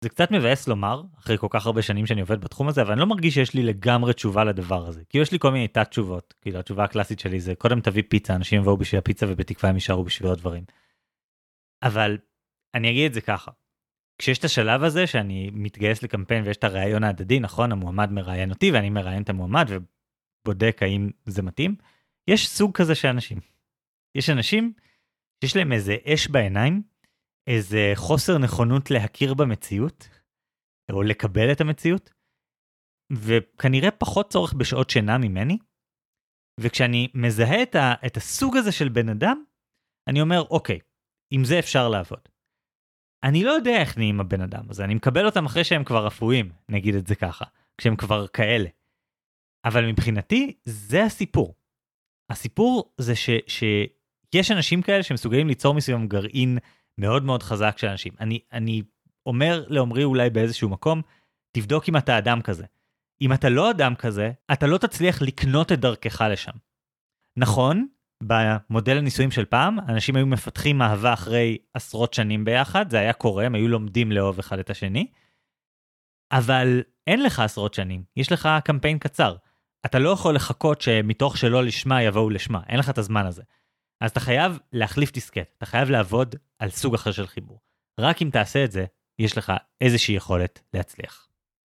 זה קצת מבאס לומר, אחרי כל כך הרבה שנים שאני עובד בתחום הזה, אבל אני לא מרגיש שיש לי לגמרי תשובה לדבר הזה. כי יש לי כל מיני תת תשובות. כאילו, התשובה הקלאסית שלי זה, קודם תביא פיצה, אנשים יבואו בשביל הפיצה, ובתקווה הם יישארו בשביל עוד דברים. אבל אני אגיד את זה ככה. כשיש את השלב הזה, שאני מתגייס לקמפיין, ויש את הרעיון ההדדי, נכון? המועמד מראיין אותי, ואני מראיין את המועמד, ובודק האם זה מתאים. יש סוג כזה של אנשים. יש אנשים שיש להם איזה אש בעיניים, איזה חוסר נכונות להכיר במציאות, או לקבל את המציאות, וכנראה פחות צורך בשעות שינה ממני, וכשאני מזהה את הסוג הזה של בן אדם, אני אומר, אוקיי, עם זה אפשר לעבוד. אני לא יודע איך נהיים הבן אדם הזה, אני מקבל אותם אחרי שהם כבר רפואים, נגיד את זה ככה, כשהם כבר כאלה. אבל מבחינתי, זה הסיפור. הסיפור זה שיש אנשים כאלה שמסוגלים ליצור מסוים גרעין מאוד מאוד חזק של אנשים. אני אומר לעומרי אולי באיזשהו מקום, תבדוק אם אתה אדם כזה. אם אתה לא אדם כזה, אתה לא תצליח לקנות את דרכך לשם. נכון, במודל הניסויים של פעם, אנשים היו מפתחים אהבה אחרי עשרות שנים ביחד, זה היה קורה, הם היו לומדים לאהוב אחד את השני, אבל אין לך עשרות שנים, יש לך קמפיין קצר. אתה לא יכול לחכות שמתוך שלא לשמה יבואו לשמה, אין לך את הזמן הזה. אז אתה חייב להחליף דיסקט, אתה חייב לעבוד על סוג אחר של חיבור. רק אם תעשה את זה, יש לך איזושהי יכולת להצליח.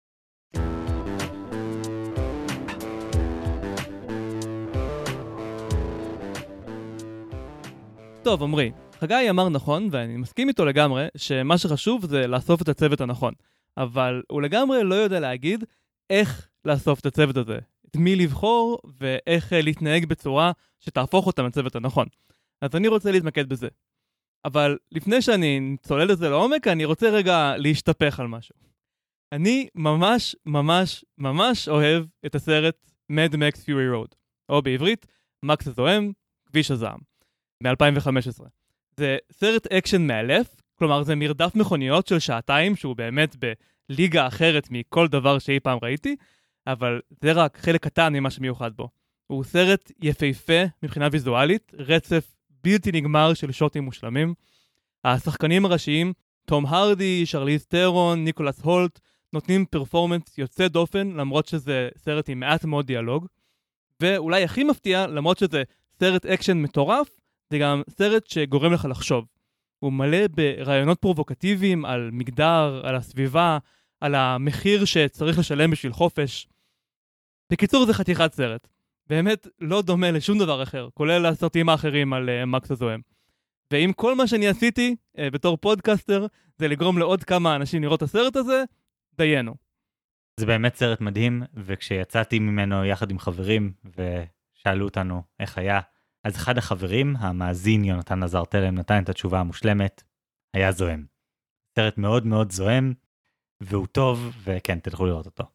טוב, עומרי, חגי אמר נכון, ואני מסכים איתו לגמרי, שמה שחשוב זה לאסוף את הצוות הנכון. אבל הוא לגמרי לא יודע להגיד איך לאסוף את הצוות הזה. את מי לבחור ואיך להתנהג בצורה שתהפוך אותם לצוות הנכון. אז אני רוצה להתמקד בזה. אבל לפני שאני צולל את זה לעומק, אני רוצה רגע להשתפך על משהו. אני ממש ממש ממש אוהב את הסרט Mad Max Fury Road, או בעברית, מקס הזוהם, כביש הזעם, מ-2015. זה סרט אקשן מאלף, כלומר זה מרדף מכוניות של שעתיים, שהוא באמת בליגה אחרת מכל דבר שאי פעם ראיתי, אבל זה רק חלק קטן ממה שמיוחד בו. הוא סרט יפהפה מבחינה ויזואלית, רצף בלתי נגמר של שוטים מושלמים. השחקנים הראשיים, תום הרדי, שרליז טרון, ניקולס הולט, נותנים פרפורמנס יוצא דופן, למרות שזה סרט עם מעט מאוד דיאלוג. ואולי הכי מפתיע, למרות שזה סרט אקשן מטורף, זה גם סרט שגורם לך לחשוב. הוא מלא ברעיונות פרובוקטיביים על מגדר, על הסביבה, על המחיר שצריך לשלם בשביל חופש. בקיצור, זה חתיכת סרט. באמת לא דומה לשום דבר אחר, כולל הסרטים האחרים על מקס הזוהם. ואם כל מה שאני עשיתי בתור פודקאסטר, זה לגרום לעוד כמה אנשים לראות את הסרט הזה, דיינו. זה באמת סרט מדהים, וכשיצאתי ממנו יחד עם חברים, ושאלו אותנו איך היה, אז אחד החברים, המאזין יונתן עזר תלם, נתן את התשובה המושלמת, היה זוהם. סרט מאוד מאוד זוהם, והוא טוב, וכן, תלכו לראות אותו.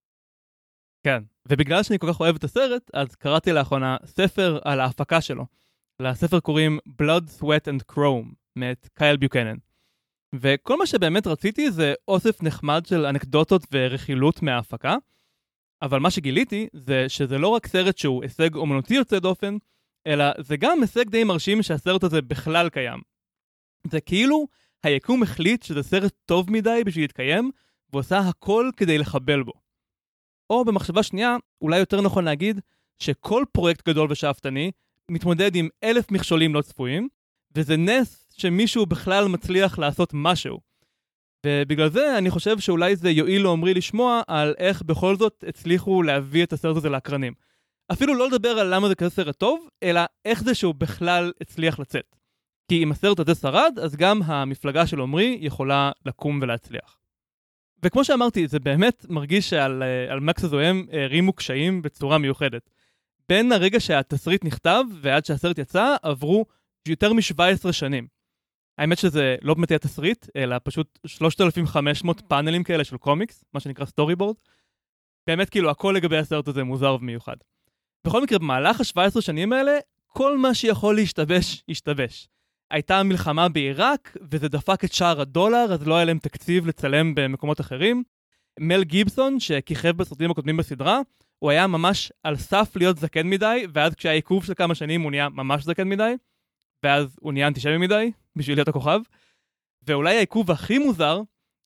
כן, ובגלל שאני כל כך אוהב את הסרט, אז קראתי לאחרונה ספר על ההפקה שלו. לספר קוראים Blood, Sweat and Chrome, מאת קייל ביוקנן. וכל מה שבאמת רציתי זה אוסף נחמד של אנקדוטות ורכילות מההפקה, אבל מה שגיליתי זה שזה לא רק סרט שהוא הישג אומנותי יוצא דופן, אלא זה גם הישג די מרשים שהסרט הזה בכלל קיים. זה כאילו היקום החליט שזה סרט טוב מדי בשביל להתקיים, ועושה הכל כדי לחבל בו. או במחשבה שנייה, אולי יותר נכון להגיד שכל פרויקט גדול ושאפתני מתמודד עם 1000 מכשולים לא צפויים, וזה נס שמישהו בכלל מצליח לעשות משהו. ובגלל זה אני חושב שאולי זה יועיל לעומרי לשמוע על איך בכל זאת הצליחו להביא את הסרט הזה לאקרנים. אפילו לא לדבר על למה זה כזה סרט טוב, אלא איך זה שהוא בכלל הצליח לצאת. כי אם הסרט הזה שרד, אז גם המפלגה של עומרי יכולה לקום ולהצליח. וכמו שאמרתי, זה באמת מרגיש שעל מקס הזוהם הרימו קשיים בצורה מיוחדת. בין הרגע שהתסריט נכתב ועד שהסרט יצא, עברו יותר מ-17 שנים. האמת שזה לא באמת היה תסריט, אלא פשוט 3,500 פאנלים כאלה של קומיקס, מה שנקרא סטורי בורד. באמת כאילו הכל לגבי הסרט הזה מוזר ומיוחד. בכל מקרה, במהלך ה-17 שנים האלה, כל מה שיכול להשתבש, השתבש. הייתה מלחמה בעיראק, וזה דפק את שער הדולר, אז לא היה להם תקציב לצלם במקומות אחרים. מל גיבסון, שכיכב בסרטים הקודמים בסדרה, הוא היה ממש על סף להיות זקן מדי, ואז כשהיה עיכוב של כמה שנים הוא נהיה ממש זקן מדי, ואז הוא נהיה אנטישמי מדי, בשביל להיות הכוכב. ואולי העיכוב הכי מוזר,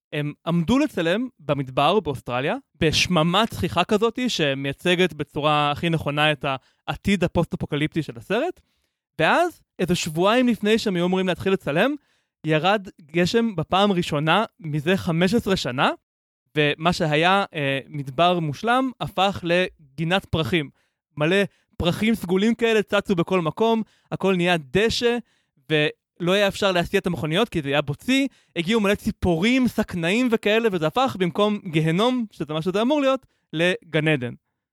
הם עמדו לצלם במדבר באוסטרליה, בשממה צחיחה כזאת שמייצגת בצורה הכי נכונה את העתיד הפוסט-אפוקליפטי של הסרט, ואז איזה שבועיים לפני שהם היו אמורים להתחיל לצלם, ירד גשם בפעם ראשונה מזה 15 שנה, ומה שהיה מדבר מושלם הפך לגינת פרחים. מלא פרחים סגולים כאלה צצו בכל מקום, הכל נהיה דשא, ולא היה אפשר להסיע את המכוניות כי זה היה בוצי, הגיעו מלא ציפורים, סכנאים וכאלה, וזה הפך במקום גהנום, שזה מה שזה אמור להיות, לגן עדן.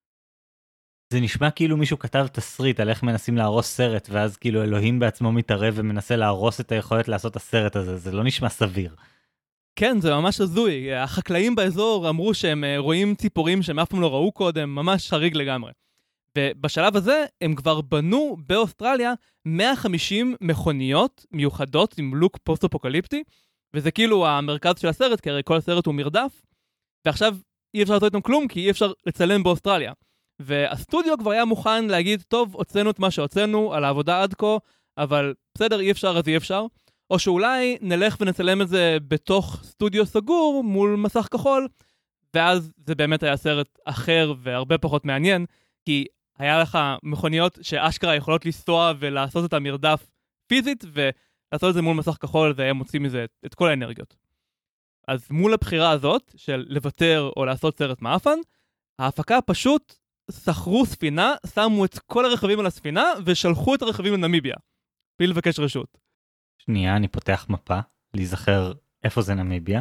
זה נשמע כאילו מישהו כתב תסריט על איך מנסים להרוס סרט, ואז כאילו אלוהים בעצמו מתערב ומנסה להרוס את היכולת לעשות את הסרט הזה, זה לא נשמע סביר. כן, זה ממש הזוי. החקלאים באזור אמרו שהם רואים ציפורים שהם אף פעם לא ראו קודם, ממש חריג לגמרי. ובשלב הזה הם כבר בנו באוסטרליה 150 מכוניות מיוחדות עם לוק פוסט-אפוקליפטי, וזה כאילו המרכז של הסרט, כי הרי כל הסרט הוא מרדף, ועכשיו אי אפשר לעשות איתם כלום, כי אי אפשר לצלם באוסטרליה. והסטודיו כבר היה מוכן להגיד, טוב, הוצאנו את מה שהוצאנו על העבודה עד כה, אבל בסדר, אי אפשר, אז אי אפשר. או שאולי נלך ונצלם את זה בתוך סטודיו סגור מול מסך כחול, ואז זה באמת היה סרט אחר והרבה פחות מעניין, כי היה לך מכוניות שאשכרה יכולות לנסוע ולעשות את המרדף פיזית, ולעשות את זה מול מסך כחול, והם מוצאים מזה את כל האנרגיות. אז מול הבחירה הזאת של לוותר או לעשות סרט מאפן, ההפקה פשוט שכרו ספינה, שמו את כל הרכבים על הספינה, ושלחו את הרכבים לנמיביה, בלי לבקש רשות. שנייה, אני פותח מפה, להיזכר איפה זה נמיביה.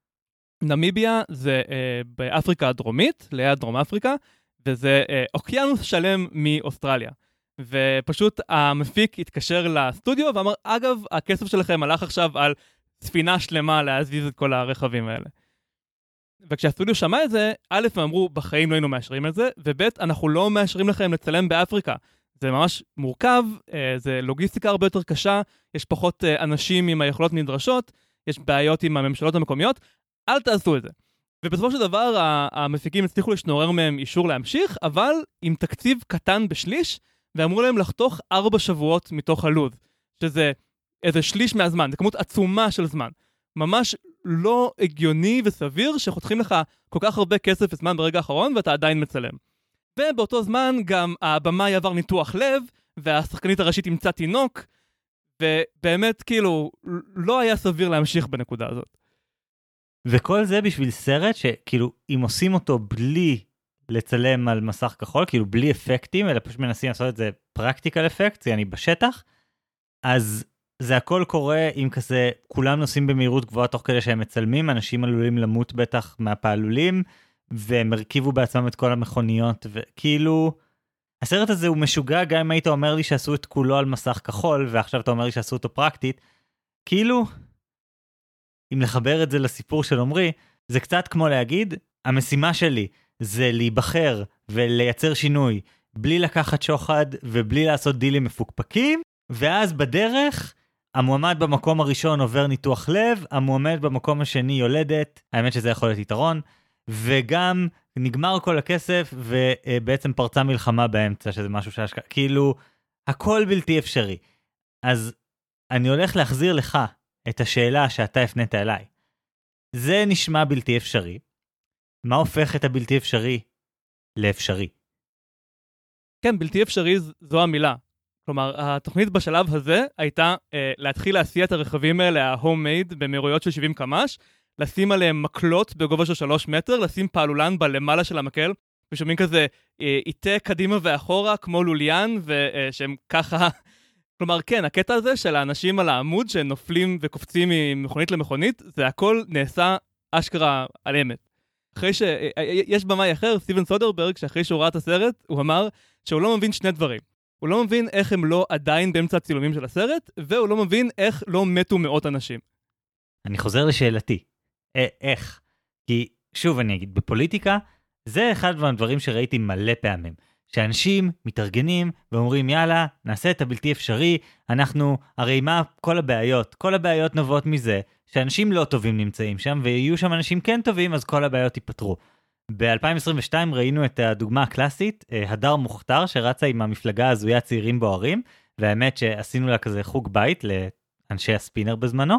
נמיביה זה באפריקה הדרומית, ליד דרום אפריקה, וזה אוקיינוס שלם מאוסטרליה. ופשוט המפיק התקשר לסטודיו ואמר, אגב, הכסף שלכם הלך עכשיו על ספינה שלמה להזיז את כל הרכבים האלה. וכשהסטודיו שמע את זה, א', הם אמרו, בחיים לא היינו מאשרים את זה, וב', אנחנו לא מאשרים לכם לצלם באפריקה. זה ממש מורכב, זה לוגיסטיקה הרבה יותר קשה, יש פחות אנשים עם היכולות נדרשות, יש בעיות עם הממשלות המקומיות, אל תעשו את זה. ובסופו של דבר, המפיקים הצליחו לשנורר מהם אישור להמשיך, אבל עם תקציב קטן בשליש, ואמרו להם לחתוך 4 שבועות מתוך הלוז, שזה איזה שליש מהזמן, זה כמות עצומה של זמן. ממש לא הגיוני וסביר שחותכים לך כל כך הרבה כסף וזמן ברגע האחרון, ואתה עדיין מצלם. ובאותו זמן גם הבמאי עבר ניתוח לב, והשחקנית הראשית ימצא תינוק, ובאמת כאילו לא היה סביר להמשיך בנקודה הזאת. וכל זה בשביל סרט שכאילו אם עושים אותו בלי לצלם על מסך כחול, כאילו בלי אפקטים, אלא פשוט מנסים לעשות את זה פרקטיקל אפקט, יעני בשטח, אז זה הכל קורה עם כזה, כולם נוסעים במהירות גבוהה תוך כדי שהם מצלמים, אנשים עלולים למות בטח מהפעלולים, והם הרכיבו בעצמם את כל המכוניות, וכאילו, הסרט הזה הוא משוגע, גם אם היית אומר לי שעשו את כולו על מסך כחול, ועכשיו אתה אומר לי שעשו אותו פרקטית, כאילו, אם לחבר את זה לסיפור של עומרי, זה קצת כמו להגיד, המשימה שלי זה להיבחר ולייצר שינוי, בלי לקחת שוחד ובלי לעשות דילים מפוקפקים, ואז בדרך, המועמד במקום הראשון עובר ניתוח לב, המועמד במקום השני יולדת, האמת שזה יכול להיות יתרון, וגם נגמר כל הכסף, ובעצם פרצה מלחמה באמצע, שזה משהו שהשקעה, כאילו, הכל בלתי אפשרי. אז אני הולך להחזיר לך את השאלה שאתה הפנית אליי. זה נשמע בלתי אפשרי. מה הופך את הבלתי אפשרי לאפשרי? כן, בלתי אפשרי זו המילה. כלומר, התוכנית בשלב הזה הייתה להתחיל להסיע את הרכבים האלה, ההום-מייד, במהירויות של 70 קמ"ש, לשים עליהם מקלות בגובה של 3 מטר, לשים פעלולן בלמעלה של המקל, ושומעים כזה איתה קדימה ואחורה, כמו לוליאן, ושהם ככה... כלומר, כן, הקטע הזה של האנשים על העמוד שנופלים וקופצים ממכונית למכונית, זה הכל נעשה אשכרה על אמת. אחרי שיש במאי אחר, סטיבן סודרברג, שאחרי שהוא ראה את הסרט, הוא אמר שהוא לא מבין 2 דברים. הוא לא מבין איך הם לא עדיין באמצע הצילומים של הסרט, והוא לא מבין איך לא מתו מאות אנשים. אני חוזר לשאלתי. איך? כי, שוב אני אגיד, בפוליטיקה, זה אחד מהדברים שראיתי מלא פעמים. שאנשים מתארגנים ואומרים, יאללה, נעשה את הבלתי אפשרי, אנחנו, הרי מה כל הבעיות? כל הבעיות נובעות מזה שאנשים לא טובים נמצאים שם, ויהיו שם אנשים כן טובים, אז כל הבעיות ייפתרו. ב-2022 ראינו את הדוגמה הקלאסית, הדר מוכתר, שרצה עם המפלגה הזויה צעירים בוערים, והאמת שעשינו לה כזה חוג בית לאנשי הספינר בזמנו,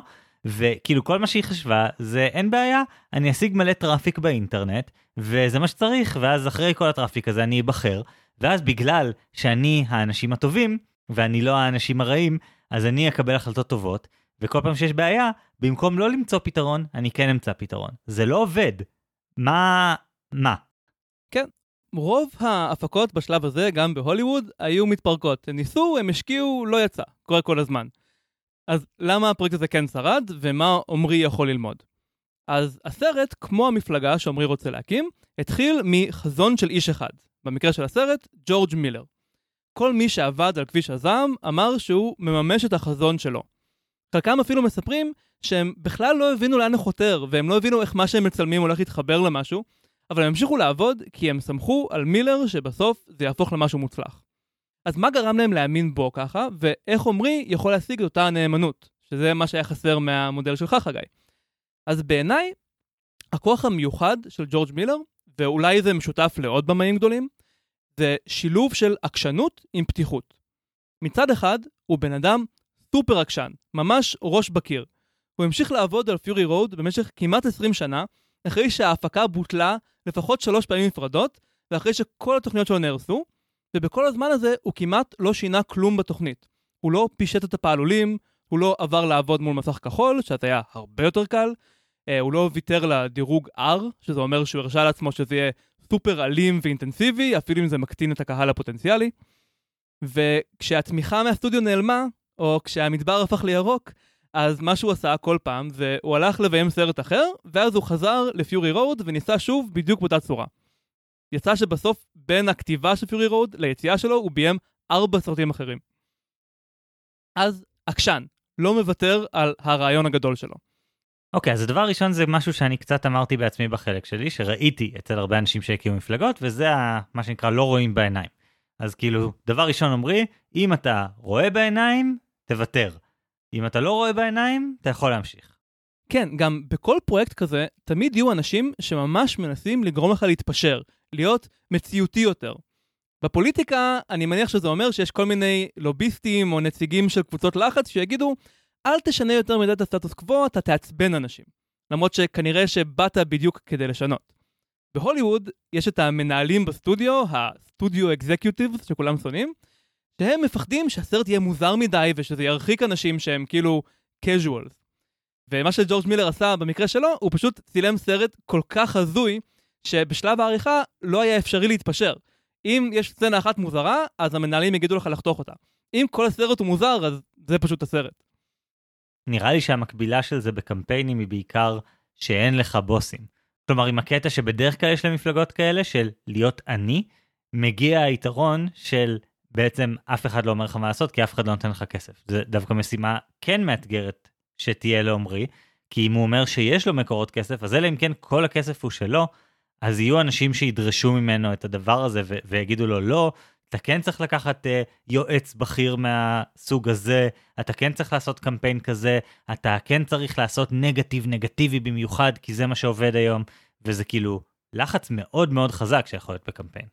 וכאילו כל מה שהיא חשבה זה אין בעיה, אני אשיג מלא טראפיק באינטרנט, וזה מה שצריך, ואז אחרי כל הטראפיק הזה אני אבחר, ואז בגלל שאני האנשים הטובים, ואני לא האנשים הרעים, אז אני אקבל החלטות טובות, וכל פעם שיש בעיה, במקום לא למצוא פתרון, אני כן אמצא פתרון. זה לא עובד. מה? כן, רוב ההפקות בשלב הזה, גם בהוליווד, היו מתפרקות. הם ניסו, הם השקיעו, לא יצא. קורה כל הזמן. אז למה הפרויקט הזה כן שרד, ומה עומרי יכול ללמוד? אז הסרט, כמו המפלגה שעומרי רוצה להקים, התחיל מחזון של איש אחד. במקרה של הסרט, ג'ורג' מילר. כל מי שעבד על כביש הזעם אמר שהוא מממש את החזון שלו. חלקם אפילו מספרים שהם בכלל לא הבינו לאן החותר, והם לא הבינו איך מה שהם מצלמים הולך להתחבר למשהו, אבל הם המשיכו לעבוד כי הם סמכו על מילר שבסוף זה יהפוך למשהו מוצלח. אז מה גרם להם להאמין בו ככה, ואיך עומרי יכול להשיג את אותה הנאמנות, שזה מה שהיה חסר מהמודל שלך, חגי. אז בעיניי, הכוח המיוחד של ג'ורג' מילר, ואולי זה משותף לעוד במאים גדולים, זה שילוב של עקשנות עם פתיחות. מצד אחד, הוא בן אדם סופר עקשן, ממש ראש בקיר. הוא המשיך לעבוד על פיורי רוד במשך כמעט 20 שנה, אחרי שההפקה בוטלה לפחות 3 פעמים נפרדות, ואחרי שכל התוכניות שלו נהרסו, ובכל הזמן הזה הוא כמעט לא שינה כלום בתוכנית. הוא לא פישט את הפעלולים, הוא לא עבר לעבוד מול מסך כחול, שזה היה הרבה יותר קל, הוא לא ויתר לדירוג R, שזה אומר שהוא הרשה לעצמו שזה יהיה סופר אלים ואינטנסיבי, אפילו אם זה מקטין את הקהל הפוטנציאלי. וכשהתמיכה מהסטודיו נעלמה, או כשהמדבר הפך לירוק, אז מה שהוא עשה כל פעם, זה הוא הלך לביים סרט אחר, ואז הוא חזר לפיורי רוד וניסה שוב בדיוק באותה צורה. יצא שבסוף בין הכתיבה של פיורי רוד ליציאה שלו, הוא ביים 4 סרטים אחרים. אז עקשן, לא מוותר על הרעיון הגדול שלו. אוקיי, אז הדבר הראשון זה משהו שאני קצת אמרתי בעצמי בחלק שלי, שראיתי אצל הרבה אנשים שהקימו מפלגות, וזה מה שנקרא לא רואים בעיניים. אז כאילו, דבר ראשון אומרי, אם אתה רואה בעיניים, תוותר. אם אתה לא רואה בעיניים, אתה יכול להמשיך. כן, גם בכל פרויקט כזה, תמיד יהיו אנשים שממש מנסים לגרום לך להתפשר, להיות מציאותי יותר. בפוליטיקה, אני מניח שזה אומר שיש כל מיני לוביסטים או נציגים של קבוצות לחץ שיגידו, אל תשנה יותר מדי את הסטטוס קוו, אתה תעצבן אנשים. למרות שכנראה שבאת בדיוק כדי לשנות. בהוליווד יש את המנהלים בסטודיו, הסטודיו אקזקיוטיבס שכולם שונאים, שהם מפחדים שהסרט יהיה מוזר מדי ושזה ירחיק אנשים שהם כאילו casuals. ומה שג'ורג' מילר עשה במקרה שלו, הוא פשוט צילם סרט כל כך הזוי, שבשלב העריכה לא היה אפשרי להתפשר. אם יש סצנה אחת מוזרה, אז המנהלים יגידו לך לחתוך אותה. אם כל הסרט הוא מוזר, אז זה פשוט הסרט. נראה לי שהמקבילה של זה בקמפיינים היא בעיקר שאין לך בוסים. כלומר, עם הקטע שבדרך כלל יש למפלגות כאלה של להיות אני, מגיע היתרון של בעצם אף אחד לא אומר לך מה לעשות, כי אף אחד לא נותן לך כסף. זה דווקא משימה כן מאתגרת שתהיה לעומרי, כי אם הוא אומר שיש לו מקורות כסף, אז אלא אם כן כל הכסף הוא שלו, אז יהיו אנשים שידרשו ממנו את הדבר הזה ויגידו לו לא, אתה כן צריך לקחת יועץ בכיר מהסוג הזה, אתה כן צריך לעשות קמפיין כזה, אתה כן צריך לעשות נגטיבי במיוחד, כי זה מה שעובד היום, וזה כאילו לחץ מאוד מאוד חזק שיכול להיות בקמפיין.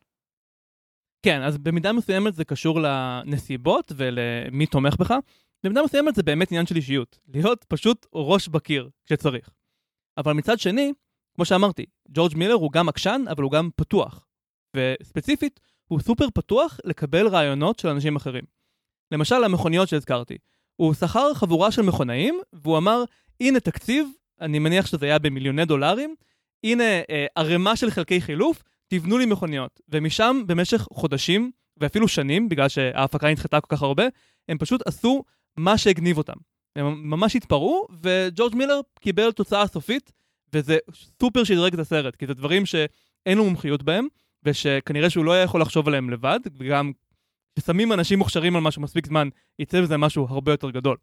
כן, אז במידה מסוימת זה קשור לנסיבות ולמי תומך בך, במידה מסוימת זה באמת עניין של אישיות, להיות פשוט ראש בקיר כשצריך. אבל מצד שני, כמו שאמרתי, ג'ורג' מילר הוא גם עקשן, אבל הוא גם פתוח. וספציפית, הוא סופר פתוח לקבל רעיונות של אנשים אחרים. למשל, המכוניות שהזכרתי. הוא שכר חבורה של מכונאים, והוא אמר, הנה תקציב, אני מניח שזה היה במיליוני דולרים, הנה ערימה של חלקי חילוף, תבנו לי מכוניות. ומשם במשך חודשים, ואפילו שנים, בגלל שההפקה נדחתה כל כך הרבה, הם פשוט עשו מה שהגניב אותם. הם ממש התפרעו, וג'ורג' מילר קיבל תוצאה סופית, וזה סופר שידרג את הסרט, כי זה דברים שאין לו מומחיות בהם, ושכנראה שהוא לא יכול לחשוב עליהם לבד, וגם כששמים אנשים מוכשרים על משהו מספיק זמן, יצא בזה משהו הרבה יותר גדול.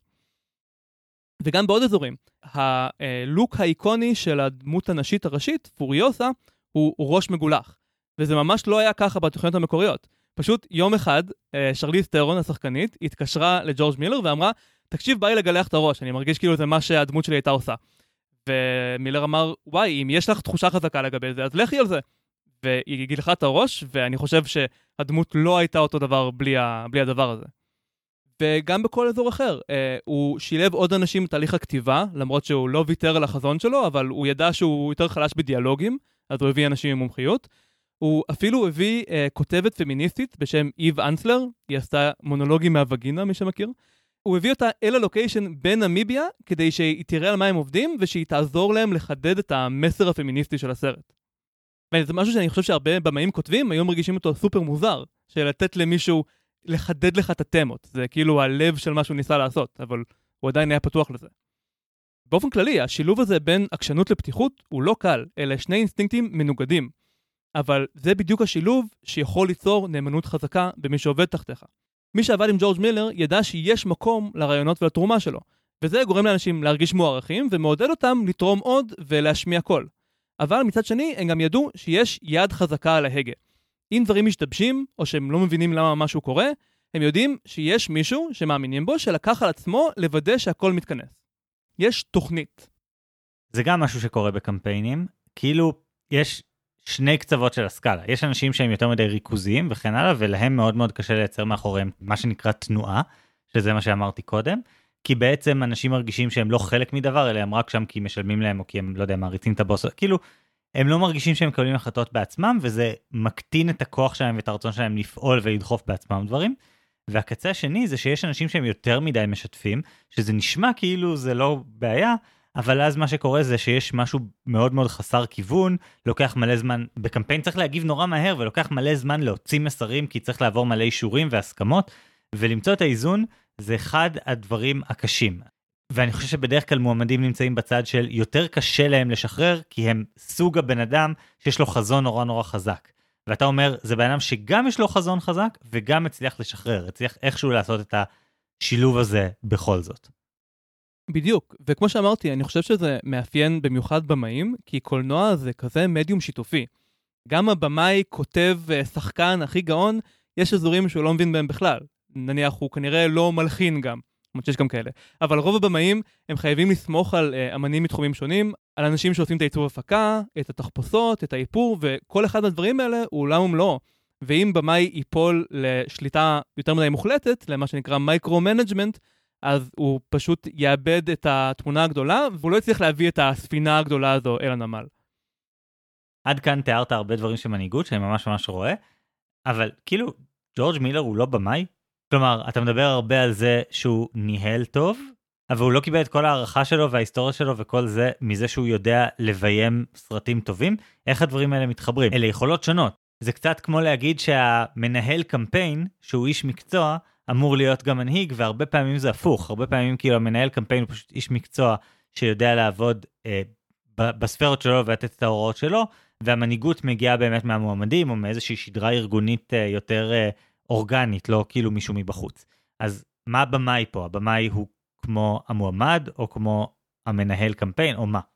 וגם בעוד אזורים, הלוק האיקוני של הדמות הנשית הראשית, פוריוסה, הוא ראש מגולח. וזה ממש לא היה ככה בתוכניות המקוריות. פשוט יום אחד, שרליז תרון, השחקנית, התקשרה לג'ורג' מילר ואמרה, תקשיב, באי לגלח את הראש, אני מרגיש כאילו זה מה שהדמות שלי הייתה עושה. ומילר אמר, וואי, אם יש לך תחושה חזקה לגבי זה, אז לכי על זה. והיא גילחה את הראש, ואני חושב שהדמות לא הייתה אותו דבר בלי הדבר הזה. וגם בכל אזור אחר. הוא שילב עוד אנשים בתהליך הכתיבה, למרות שהוא לא ויתר על החזון שלו, אבל הוא ידע שהוא יותר חלש בדיאלוגים, אז הוא הביא אנשים עם מומחיות. הוא אפילו הביא כותבת פמיניסטית בשם איב אנסלר, היא עשתה מונולוגים מהווגינה, מי שמכיר. הוא הביא אותה אל הלוקיישן בנמיביה, כדי שהיא תראה על מה הם עובדים, ושהיא תעזור להם לחדד את המסר הפמיניסטי של הסרט. וזה משהו שאני חושב שהרבה במאים כותבים, היום מרגישים אותו סופר מוזר, של לתת למישהו לחדד לך את התמות. זה כאילו הלב של מה שהוא ניסה לעשות, אבל הוא עדיין היה פתוח לזה. באופן כללי, השילוב הזה בין עקשנות לפתיחות הוא לא קל, אלא שני אינסטינקטים מנוגדים. אבל זה בדיוק השילוב שיכול ליצור נאמנות חזקה במי שעובד תחתיך. מי שעבד עם ג'ורג' מילר ידע שיש מקום לרעיונות ולתרומה שלו, וזה גורם לאנשים להרגיש מוערכים ומעודד אותם לתרום עוד ולהשמיע קול. אבל מצד שני, הם גם ידעו שיש יד חזקה על ההגה. אם דברים משתבשים, או שהם לא מבינים למה משהו קורה, הם יודעים שיש מישהו שמאמינים בו שלקח על עצמו לוודא שהכל מתכנס. יש תוכנית. זה גם משהו שקורה בקמפיינים, כאילו יש שני קצוות של הסקאלה. יש אנשים שהם יותר מדי ריכוזיים וכן הלאה, ולהם מאוד מאוד קשה לייצר מאחוריהם מה שנקרא תנועה, שזה מה שאמרתי קודם, כי בעצם אנשים מרגישים שהם לא חלק מדבר, אלא הם רק שם כי משלמים להם, או כי הם, לא יודע, מעריצים את הבוס, כאילו, הם לא מרגישים שהם מקבלים החלטות בעצמם, וזה מקטין את הכוח שלהם ואת הרצון שלהם לפעול ולדחוף בעצמם דברים. והקצה השני זה שיש אנשים שהם יותר מדי משתפים, שזה נשמע כאילו זה לא בעיה, אבל אז מה שקורה זה שיש משהו מאוד מאוד חסר כיוון, לוקח מלא זמן, בקמפיין צריך להגיב נורא מהר, ולוקח מלא זמן להוציא מסרים, כי צריך לעבור מלא אישורים והסכמות, ולמצוא את האיזון זה אחד הדברים הקשים. ואני חושב שבדרך כלל מועמדים נמצאים בצד של יותר קשה להם לשחרר, כי הם סוג הבן אדם שיש לו חזון נורא נורא חזק. ואתה אומר, זה בן אדם שגם יש לו חזון חזק, וגם הצליח לשחרר, הצליח איכשהו לעשות את השילוב הזה בכל זאת. בדיוק, וכמו שאמרתי, אני חושב שזה מאפיין במיוחד במאים, כי קולנוע זה כזה מדיום שיתופי. גם הבמאי כותב שחקן הכי גאון, יש אזורים שהוא לא מבין בהם בכלל. נניח הוא כנראה לא מלחין גם, כמו שיש גם כאלה. אבל רוב הבמאים הם חייבים לסמוך על אמנים מתחומים שונים, על אנשים שעושים את העיצוב הפקה, את התחפושות, את האיפור, וכל אחד מהדברים האלה הוא עולם ומלואו. ואם במאי ייפול לשליטה יותר מדי מוחלטת, למה שנקרא מייקרו-מנג'מנט, אז הוא פשוט יאבד את התמונה הגדולה, והוא לא יצליח להביא את הספינה הגדולה הזו אל הנמל. עד כאן תיארת הרבה דברים של מנהיגות, שאני ממש ממש רואה, אבל כאילו, ג'ורג' מילר הוא לא במאי? כלומר, אתה מדבר הרבה על זה שהוא ניהל טוב, אבל הוא לא קיבל את כל הערכה שלו וההיסטוריה שלו וכל זה, מזה שהוא יודע לביים סרטים טובים. איך הדברים האלה מתחברים? אלה יכולות שונות. זה קצת כמו להגיד שהמנהל קמפיין, שהוא איש מקצוע, אמור להיות גם מנהיג, והרבה פעמים זה הפוך. הרבה פעמים כאילו המנהל קמפיין הוא פשוט איש מקצוע שיודע לעבוד בספרות שלו ולתת את ההוראות שלו, והמנהיגות מגיעה באמת מהמועמדים, או מאיזושהי שדרה ארגונית יותר אורגנית, לא כאילו מישהו מבחוץ. אז מה הבמאי פה? הבמאי הוא כמו המועמד, או כמו המנהל קמפיין, או מה?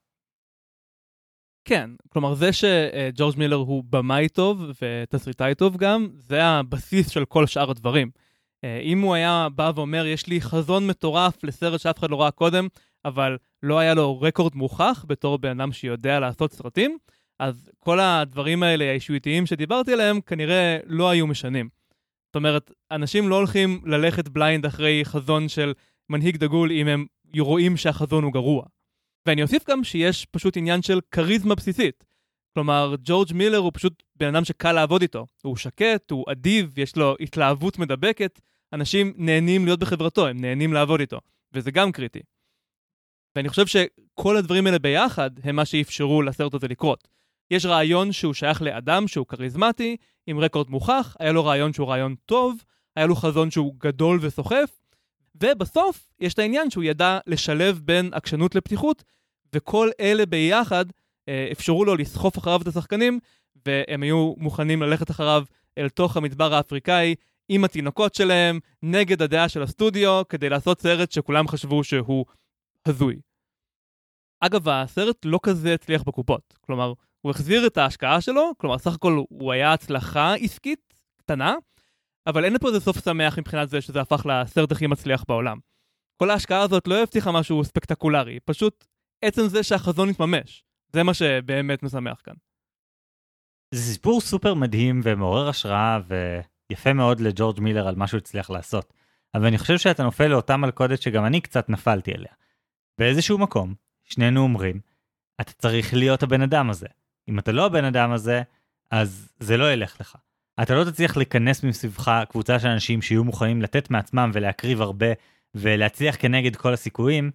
כן, כלומר זה שג'ורג' מילר הוא במאי טוב, ותסריטאי טוב גם, זה הבסיס של כל שאר הדברים. אם הוא היה בא ואומר, יש לי חזון מטורף לסרט שאף אחד לא ראה קודם, אבל לא היה לו רקורד מוכח בתור בן אדם שיודע לעשות סרטים, אז כל הדברים האלה האישיותיים שדיברתי עליהם כנראה לא היו משנים. זאת אומרת, אנשים לא הולכים ללכת בליינד אחרי חזון של מנהיג דגול אם הם רואים שהחזון הוא גרוע. ואני אוסיף גם שיש פשוט עניין של קריזמה בסיסית. כלומר, ג'ורג' מילר הוא פשוט בן אדם שקל לעבוד איתו. הוא שקט, הוא אדיב, יש לו התלהבות מדבקת. אנשים נהנים להיות בחברתו, הם נהנים לעבוד איתו. וזה גם קריטי. ואני חושב שכל הדברים האלה ביחד הם מה שאפשרו לסרט הזה לקרות. יש רעיון שהוא שייך לאדם שהוא קריזמטי, עם רקורד מוכח, היה לו רעיון שהוא רעיון טוב, היה לו חזון שהוא גדול וסוחף, ובסוף יש את העניין שהוא ידע לשלב בין עקשנות לפתיחות, וכל אלה ביחד אפשרו לו לסחוף אחריו את השחקנים, והם היו מוכנים ללכת אחריו אל תוך המדבר האפריקאי, עם התינוקות שלהם, נגד הדעה של הסטודיו, כדי לעשות סרט שכולם חשבו שהוא הזוי. אגב, הסרט לא כזה הצליח בקופות. כלומר, הוא החזיר את ההשקעה שלו, כלומר, סך הכל הוא היה הצלחה עסקית קטנה, אבל אין פה איזה סוף שמח מבחינת זה שזה הפך לסרט הכי מצליח בעולם. כל ההשקעה הזאת לא הבטיחה משהו ספקטקולרי, פשוט עצם זה שהחזון יתממש. זה מה שבאמת משמח כאן. זה סיפור סופר מדהים ומעורר השראה ויפה מאוד לג'ורג' מילר על מה שהוא הצליח לעשות. אבל אני חושב שאתה נופל לאותה מלכודת שגם אני קצת נפלתי אליה. באיזשהו מקום, שנינו אומרים, אתה צריך להיות הבן אדם הזה. אם אתה לא הבן אדם הזה, אז זה לא ילך לך. אתה לא תצליח להיכנס מסביבך קבוצה של אנשים שיהיו מוכנים לתת מעצמם ולהקריב הרבה, ולהצליח כנגד כל הסיכויים,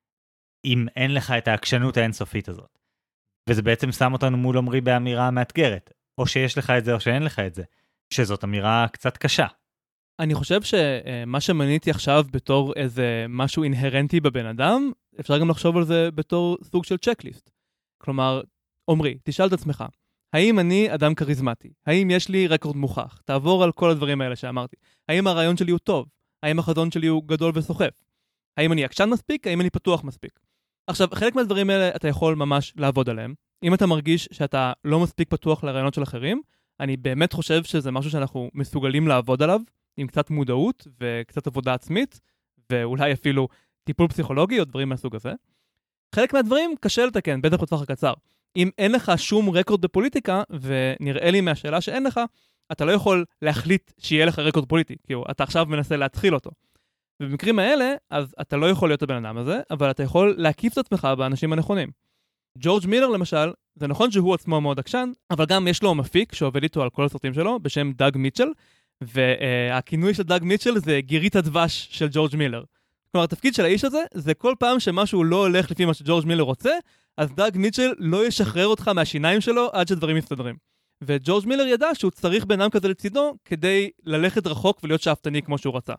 אם אין לך את העקשנות האינסופית הזאת. וזה בעצם שם אותנו מול עומרי באמירה מאתגרת. או שיש לך את זה או שאין לך את זה. שזאת אמירה קצת קשה. אני חושב שמה שמניתי עכשיו בתור איזה משהו אינהרנטי בבן אדם, אפשר גם לחשוב על זה בתור סוג של צ'קליסט. כלומר, עומרי, תשאל את עצמך, האם אני אדם קריזמטי? האם יש לי רקורד מוכח? תעבור על כל הדברים האלה שאמרתי. האם הרעיון שלי הוא טוב? האם החזון שלי הוא גדול וסוחף? האם אני עקשן מספיק? האם אני פתוח מספיק? עכשיו, חלק מהדברים האלה אתה יכול ממש לעבוד עליהם. אם אתה מרגיש שאתה לא מספיק פתוח לרעיונות של אחרים, אני באמת חושב שזה משהו שאנחנו מסוגלים לעבוד עליו, עם קצת מודעות וקצת עבודה עצמית, ואולי אפילו טיפול פסיכולוגי או דברים מהסוג הזה. חלק מהדברים קשה לתקן, בטח בטווח הקצר. אם אין לך שום רקורד בפוליטיקה, ונראה לי מהשאלה שאין לך, אתה לא יכול להחליט שיהיה לך רקורד פוליטי, כי אתה עכשיו מנסה להתחיל אותו. ובמקרים האלה, אז אתה לא יכול להיות הבן אדם הזה, אבל אתה יכול להקיף את עצמך באנשים הנכונים. ג'ורג' מילר למשל, זה נכון שהוא עצמו מאוד עקשן, אבל גם יש לו מפיק שעובד איתו על כל הסרטים שלו, בשם דאג מיטשל, והכינוי של דאג מיטשל זה גירית הדבש של ג'ורג' מילר. כלומר, התפקיד של האיש הזה, זה כל פעם שמשהו לא הולך לפי מה שג'ורג' מילר רוצה, אז דאג מיטשל לא ישחרר אותך מהשיניים שלו עד שדברים מסתדרים. וג'ורג' מילר ידע שהוא צריך בן אדם כזה לצידו, כדי ללכת רחוק ולהיות שאפתני כמו שהוא רצה.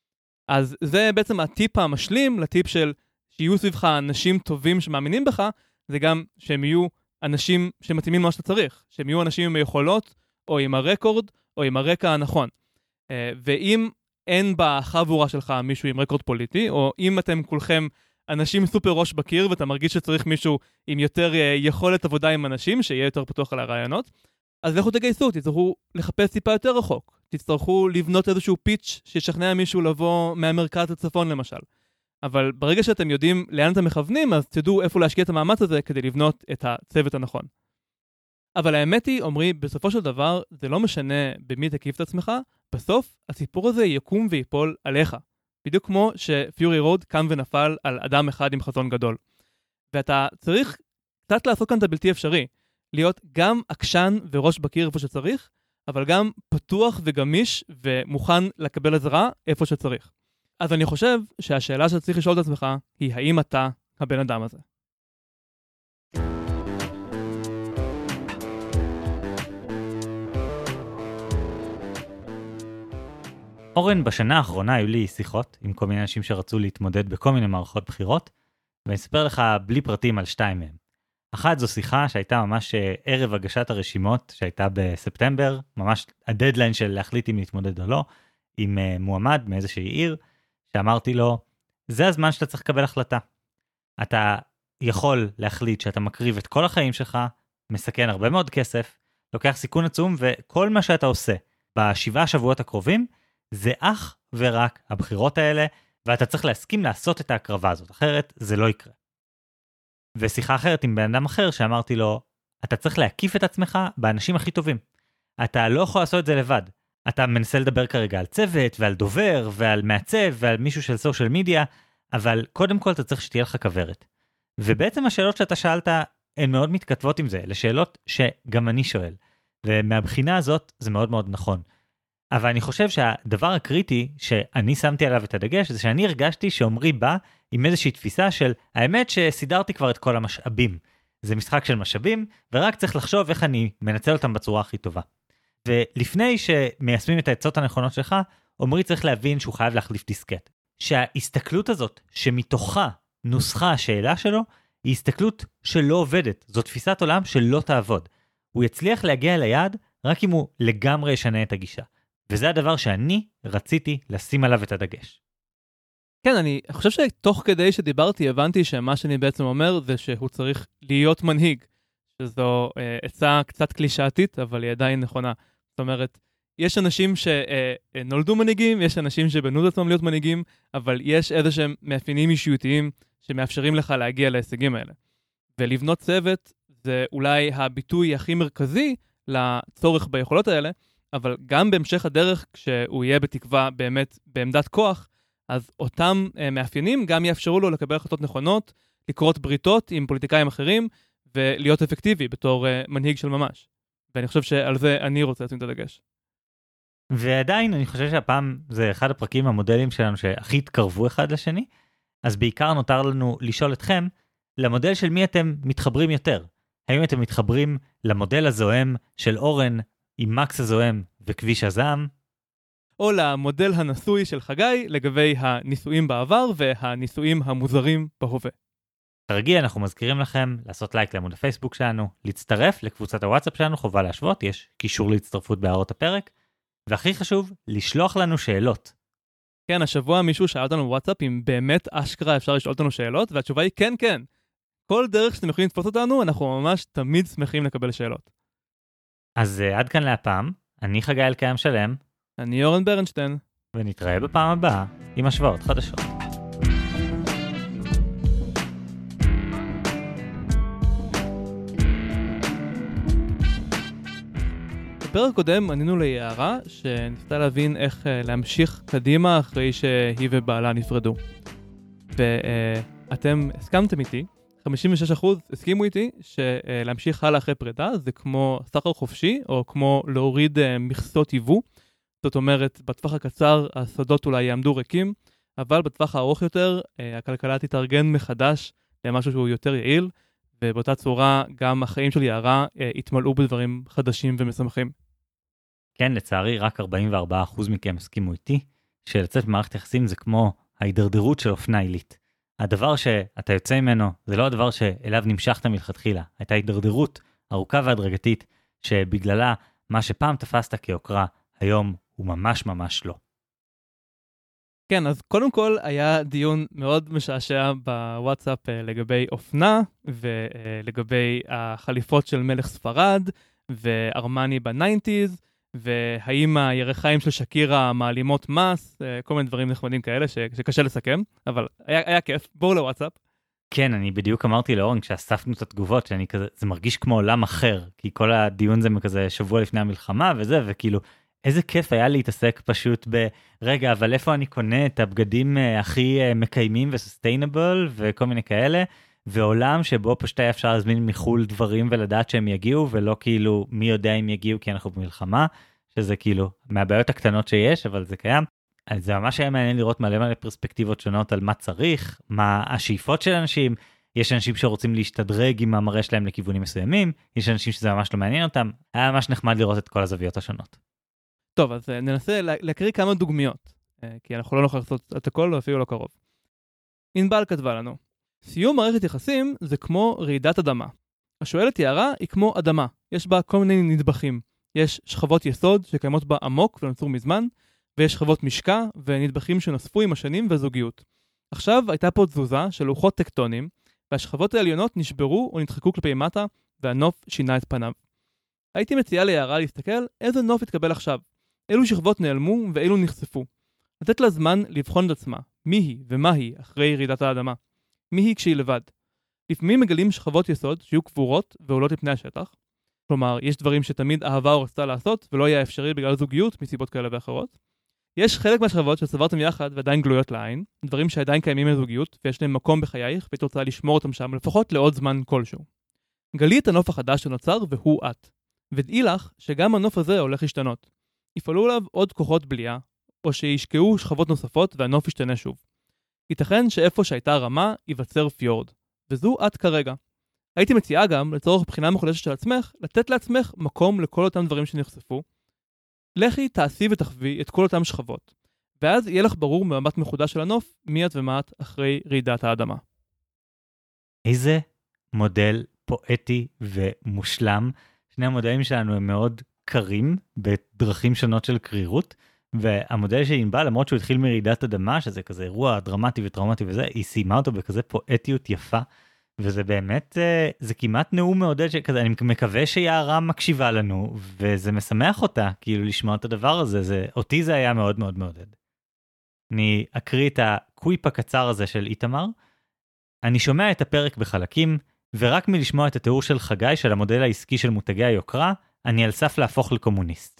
אז זה בעצם הטיפ המשלים לטיפ של שיהיו סביבך אנשים טובים שמאמינים בך, זה גם שהם יהיו אנשים שמתאימים מה שאתה צריך, שהם יהיו אנשים עם היכולות, או עם הרקורד, או עם הרקע הנכון. ואם אין בחבורה שלך מישהו עם רקורד פוליטי, או אם אתם כולכם אנשים סופר ראש בקיר, ואתה מרגיש שצריך מישהו עם יותר יכולת עבודה עם אנשים, שיהיה יותר פתוח על הרעיונות, אז לכו תגייסו, תצטרכו לחפש טיפה יותר רחוק. תצטרכו לבנות איזשהו פיץ' שישכנע מישהו לבוא מהמרכז לצפון למשל. אבל ברגע שאתם יודעים לאן אתם מכוונים, אז תדעו איפה להשקיע את המאמץ הזה כדי לבנות את הצוות הנכון. אבל האמת היא, עומרי, בסופו של דבר, זה לא משנה במי תקיף את עצמך, בסוף הסיפור הזה יקום ויפול עליך. בדיוק כמו שפיורי רוד קם ונפל על אדם אחד עם חזון גדול. ואתה צריך קצת לעשות כאן את הבלתי אפשרי, להיות גם עקשן וראש בקיר איפה שצריך, אבל גם פתוח וגמיש ומוכן לקבל עזרה איפה שצריך. אז אני חושב שהשאלה שצריך לשאול את עצמך היא האם אתה הבן אדם הזה. אורן, בשנה האחרונה היו לי שיחות עם כל מיני אנשים שרצו להתמודד בכל מיני מערכות בחירות, ואני אספר לך בלי פרטים על 2 מהם. אחת זו שיחה שהייתה ממש ערב הגשת הרשימות, שהייתה בספטמבר, ממש הדדליין של להחליט אם להתמודד או לא, עם מועמד מאיזושהי עיר, שאמרתי לו, זה הזמן שאתה צריך לקבל החלטה. אתה יכול להחליט שאתה מקריב את כל החיים שלך, מסכן הרבה מאוד כסף, לוקח סיכון עצום, וכל מה שאתה עושה ב7 שבועות הקרובים, זה אך ורק הבחירות האלה, ואתה צריך להסכים לעשות את ההקרבה הזאת, אחרת זה לא יקרה. ושיחה אחרת עם בן אדם אחר שאמרתי לו, אתה צריך להקיף את עצמך באנשים הכי טובים. אתה לא יכול לעשות את זה לבד. אתה מנסה לדבר כרגע על צוות ועל דובר ועל מעצב ועל מישהו של סושיאל מדיה, אבל קודם כל אתה צריך שתהיה לך כברת. ובעצם השאלות שאתה שאלת הן מאוד מתכתבות עם זה, לשאלות שגם אני שואל. ומהבחינה הזאת זה מאוד מאוד נכון. אבל אני חושב שהדבר הקריטי שאני שמתי עליו את הדגש, זה שאני הרגשתי שעומרי בא עם איזושהי תפיסה של האמת שסידרתי כבר את כל המשאבים. זה משחק של משאבים, ורק צריך לחשוב איך אני מנצל אותם בצורה הכי טובה. ולפני שמיישמים את העצות הנכונות שלך, עומרי צריך להבין שהוא חייב להחליף דיסקט. שההסתכלות הזאת שמתוכה נוסחה השאלה שלו, היא הסתכלות שלא עובדת. זו תפיסת עולם שלא תעבוד. הוא יצליח להגיע ליעד רק אם הוא לגמרי ישנה את הגישה. וזה הדבר שאני רציתי לשים עליו את הדגש. כן, אני חושב שתוך כדי שדיברתי הבנתי שמה שאני בעצם אומר זה שהוא צריך להיות מנהיג. שזו עצה קצת קלישאתית, אבל היא עדיין נכונה. זאת אומרת, יש אנשים שנולדו מנהיגים, יש אנשים שבנו את עצמם להיות מנהיגים, אבל יש איזשהם מאפיינים אישיותיים שמאפשרים לך להגיע להישגים האלה. ולבנות צוות זה אולי הביטוי הכי מרכזי לצורך ביכולות האלה, אבל גם בהמשך הדרך, כשהוא יהיה בתקווה באמת בעמדת כוח, אז אותם מאפיינים גם יאפשרו לו לקבל החלטות נכונות, לקרות בריתות עם פוליטיקאים אחרים, ולהיות אפקטיבי בתור מנהיג של ממש. ואני חושב שעל זה אני רוצה לשים את הדגש. ועדיין אני חושב שהפעם זה אחד הפרקים המודלים שלנו שהכי התקרבו אחד לשני, אז בעיקר נותר לנו לשאול אתכם, למודל של מי אתם מתחברים יותר? האם אתם מתחברים למודל הזוהם של אורן עם מקס הזוהם וכביש הזעם? או למודל הנשוי של חגי לגבי הניסויים בעבר והניסויים המוזרים בהווה. כרגיל אנחנו מזכירים לכם לעשות לייק לעמוד הפייסבוק שלנו, להצטרף לקבוצת הוואטסאפ שלנו, חובה להשוות, יש קישור להצטרפות בהערות הפרק, והכי חשוב, לשלוח לנו שאלות. כן, השבוע מישהו שאל אותנו בוואטסאפ אם באמת אשכרה אפשר לשאול אותנו שאלות, והתשובה היא כן, כן. כל דרך שאתם יכולים לתפוס אותנו, אנחנו ממש תמיד שמחים לקבל שאלות. אז עד כאן להפעם, אני חגי אלקיים שלם. אני אורן ברנשטיין. ונתראה בפעם הבאה עם השוואות חדשות. בפרק קודם ענינו להערה שניסתה להבין איך להמשיך קדימה אחרי שהיא ובעלה נפרדו. ואתם הסכמתם איתי, 56% הסכימו איתי שלהמשיך הלאה אחרי פרידה זה כמו סחר חופשי או כמו להוריד מכסות יבוא. זאת אומרת, בטווח הקצר השדות אולי יעמדו ריקים, אבל בטווח הארוך יותר הכלכלה תתארגן מחדש למשהו שהוא יותר יעיל, ובאותה צורה גם החיים של יערה יתמלאו בדברים חדשים ומשמחים. כן, לצערי רק 44% מכם הסכימו איתי, שלצאת במערכת יחסים זה כמו ההידרדרות של אופנה עילית. הדבר שאתה יוצא ממנו זה לא הדבר שאליו נמשכת מלכתחילה, הייתה הידרדרות ארוכה והדרגתית, שבגללה מה שפעם תפסת כיוקרה, היום הוא ממש ממש לא. כן, אז קודם כל היה דיון מאוד משעשע בוואטסאפ לגבי אופנה, ולגבי החליפות של מלך ספרד, וארמני ב-90s, והאם הירחיים של שקירה מעלימות מס, כל מיני דברים נחמדים כאלה שקשה לסכם, אבל היה כיף, בואו לוואטסאפ. כן, אני בדיוק אמרתי לאורן כשאספנו את התגובות, שאני כזה, זה מרגיש כמו עולם אחר, כי כל הדיון זה כזה שבוע לפני המלחמה וזה, וכאילו, איזה כיף היה להתעסק פשוט ברגע, אבל איפה אני קונה את הבגדים הכי מקיימים וסוסטיינבל וכל מיני כאלה, ועולם שבו פשוט היה אפשר להזמין מחול דברים ולדעת שהם יגיעו, ולא כאילו מי יודע אם יגיעו כי אנחנו במלחמה, שזה כאילו מהבעיות הקטנות שיש, אבל זה קיים. אז זה ממש היה מעניין לראות מלא פרספקטיבות שונות על מה צריך, מה השאיפות של אנשים, יש אנשים שרוצים להשתדרג עם המראה שלהם לכיוונים מסוימים, יש אנשים שזה ממש לא מעניין אותם, היה ממש נחמד לראות את כל הזוויות השונות. טוב, אז ננסה להקריא כמה דוגמיות, כי אנחנו לא נוכל לעשות את הכל, אפילו לא קרוב. ענבל כתבה לנו, סיום מערכת יחסים זה כמו רעידת אדמה. השואלת יערה היא כמו אדמה, יש בה כל מיני נדבכים. יש שכבות יסוד שקיימות בה עמוק ונוצרו מזמן, ויש שכבות משקע ונדבכים שנוספו עם השנים וזוגיות. עכשיו הייתה פה תזוזה של לוחות טקטונים, והשכבות העליונות נשברו או נדחקו כלפי מטה, והנוף שינה את פניו. הייתי מציעה ליערה להסתכל איזה נוף יתקבל עכשיו, אילו שכבות נעלמו ואילו נחשפו. לתת לה זמן לבחון את עצמה, מי היא ומה היא אחרי רעידת האדמה. מי היא כשהיא לבד. לפעמים מגלים שכבות יסוד שיהיו קבורות ועולות לפני השטח. כלומר, יש דברים שתמיד אהבה או רצתה לעשות ולא היה אפשרי בגלל זוגיות מסיבות כאלה ואחרות. יש חלק מהשכבות שסברתם יחד ועדיין גלויות לעין, דברים שעדיין קיימים לזוגיות ויש להם מקום בחייך והיית רוצה לשמור אותם שם לפחות לעוד זמן כלשהו. גלי את הנוף החדש שנוצר והוא את. ודעי לך שגם הנוף הזה הולך להשתנות. יפעלו עליו עוד כוחות בליעה, או שישקעו שכבות נוספות והנוף ישתנה שוב. ייתכן שאיפה שהייתה רמה ייווצר פיורד, וזו את כרגע. הייתי מציעה גם, לצורך בחינה מחודשת של עצמך, לתת לעצמך מקום לכל אותם דברים שנחשפו. לכי, תעשי ותחווי את כל אותם שכבות, ואז יהיה לך ברור במבט מחודש של הנוף, מי את ומה את אחרי רעידת האדמה. איזה מודל פואטי ומושלם. שני המודלים שלנו הם מאוד קרים בדרכים שונות של קרירות, והמודל של ענבל, למרות שהוא התחיל מרעידת אדמה, שזה כזה אירוע דרמטי וטראומטי וזה, היא סיימה אותו בכזה פואטיות יפה, וזה באמת, זה כמעט נאום מעודד שכזה, אני מקווה שיערה מקשיבה לנו, וזה משמח אותה, כאילו לשמוע את הדבר הזה, אותי זה היה מאוד מאוד מעודד. אני אקריא את הקוויפ הקצר הזה של איתמר, אני שומע את הפרק בחלקים, ורק מלשמוע את התיאור של חגי של המודל העסקי של מותגי היוקרה, אני על סף להפוך לקומוניסט.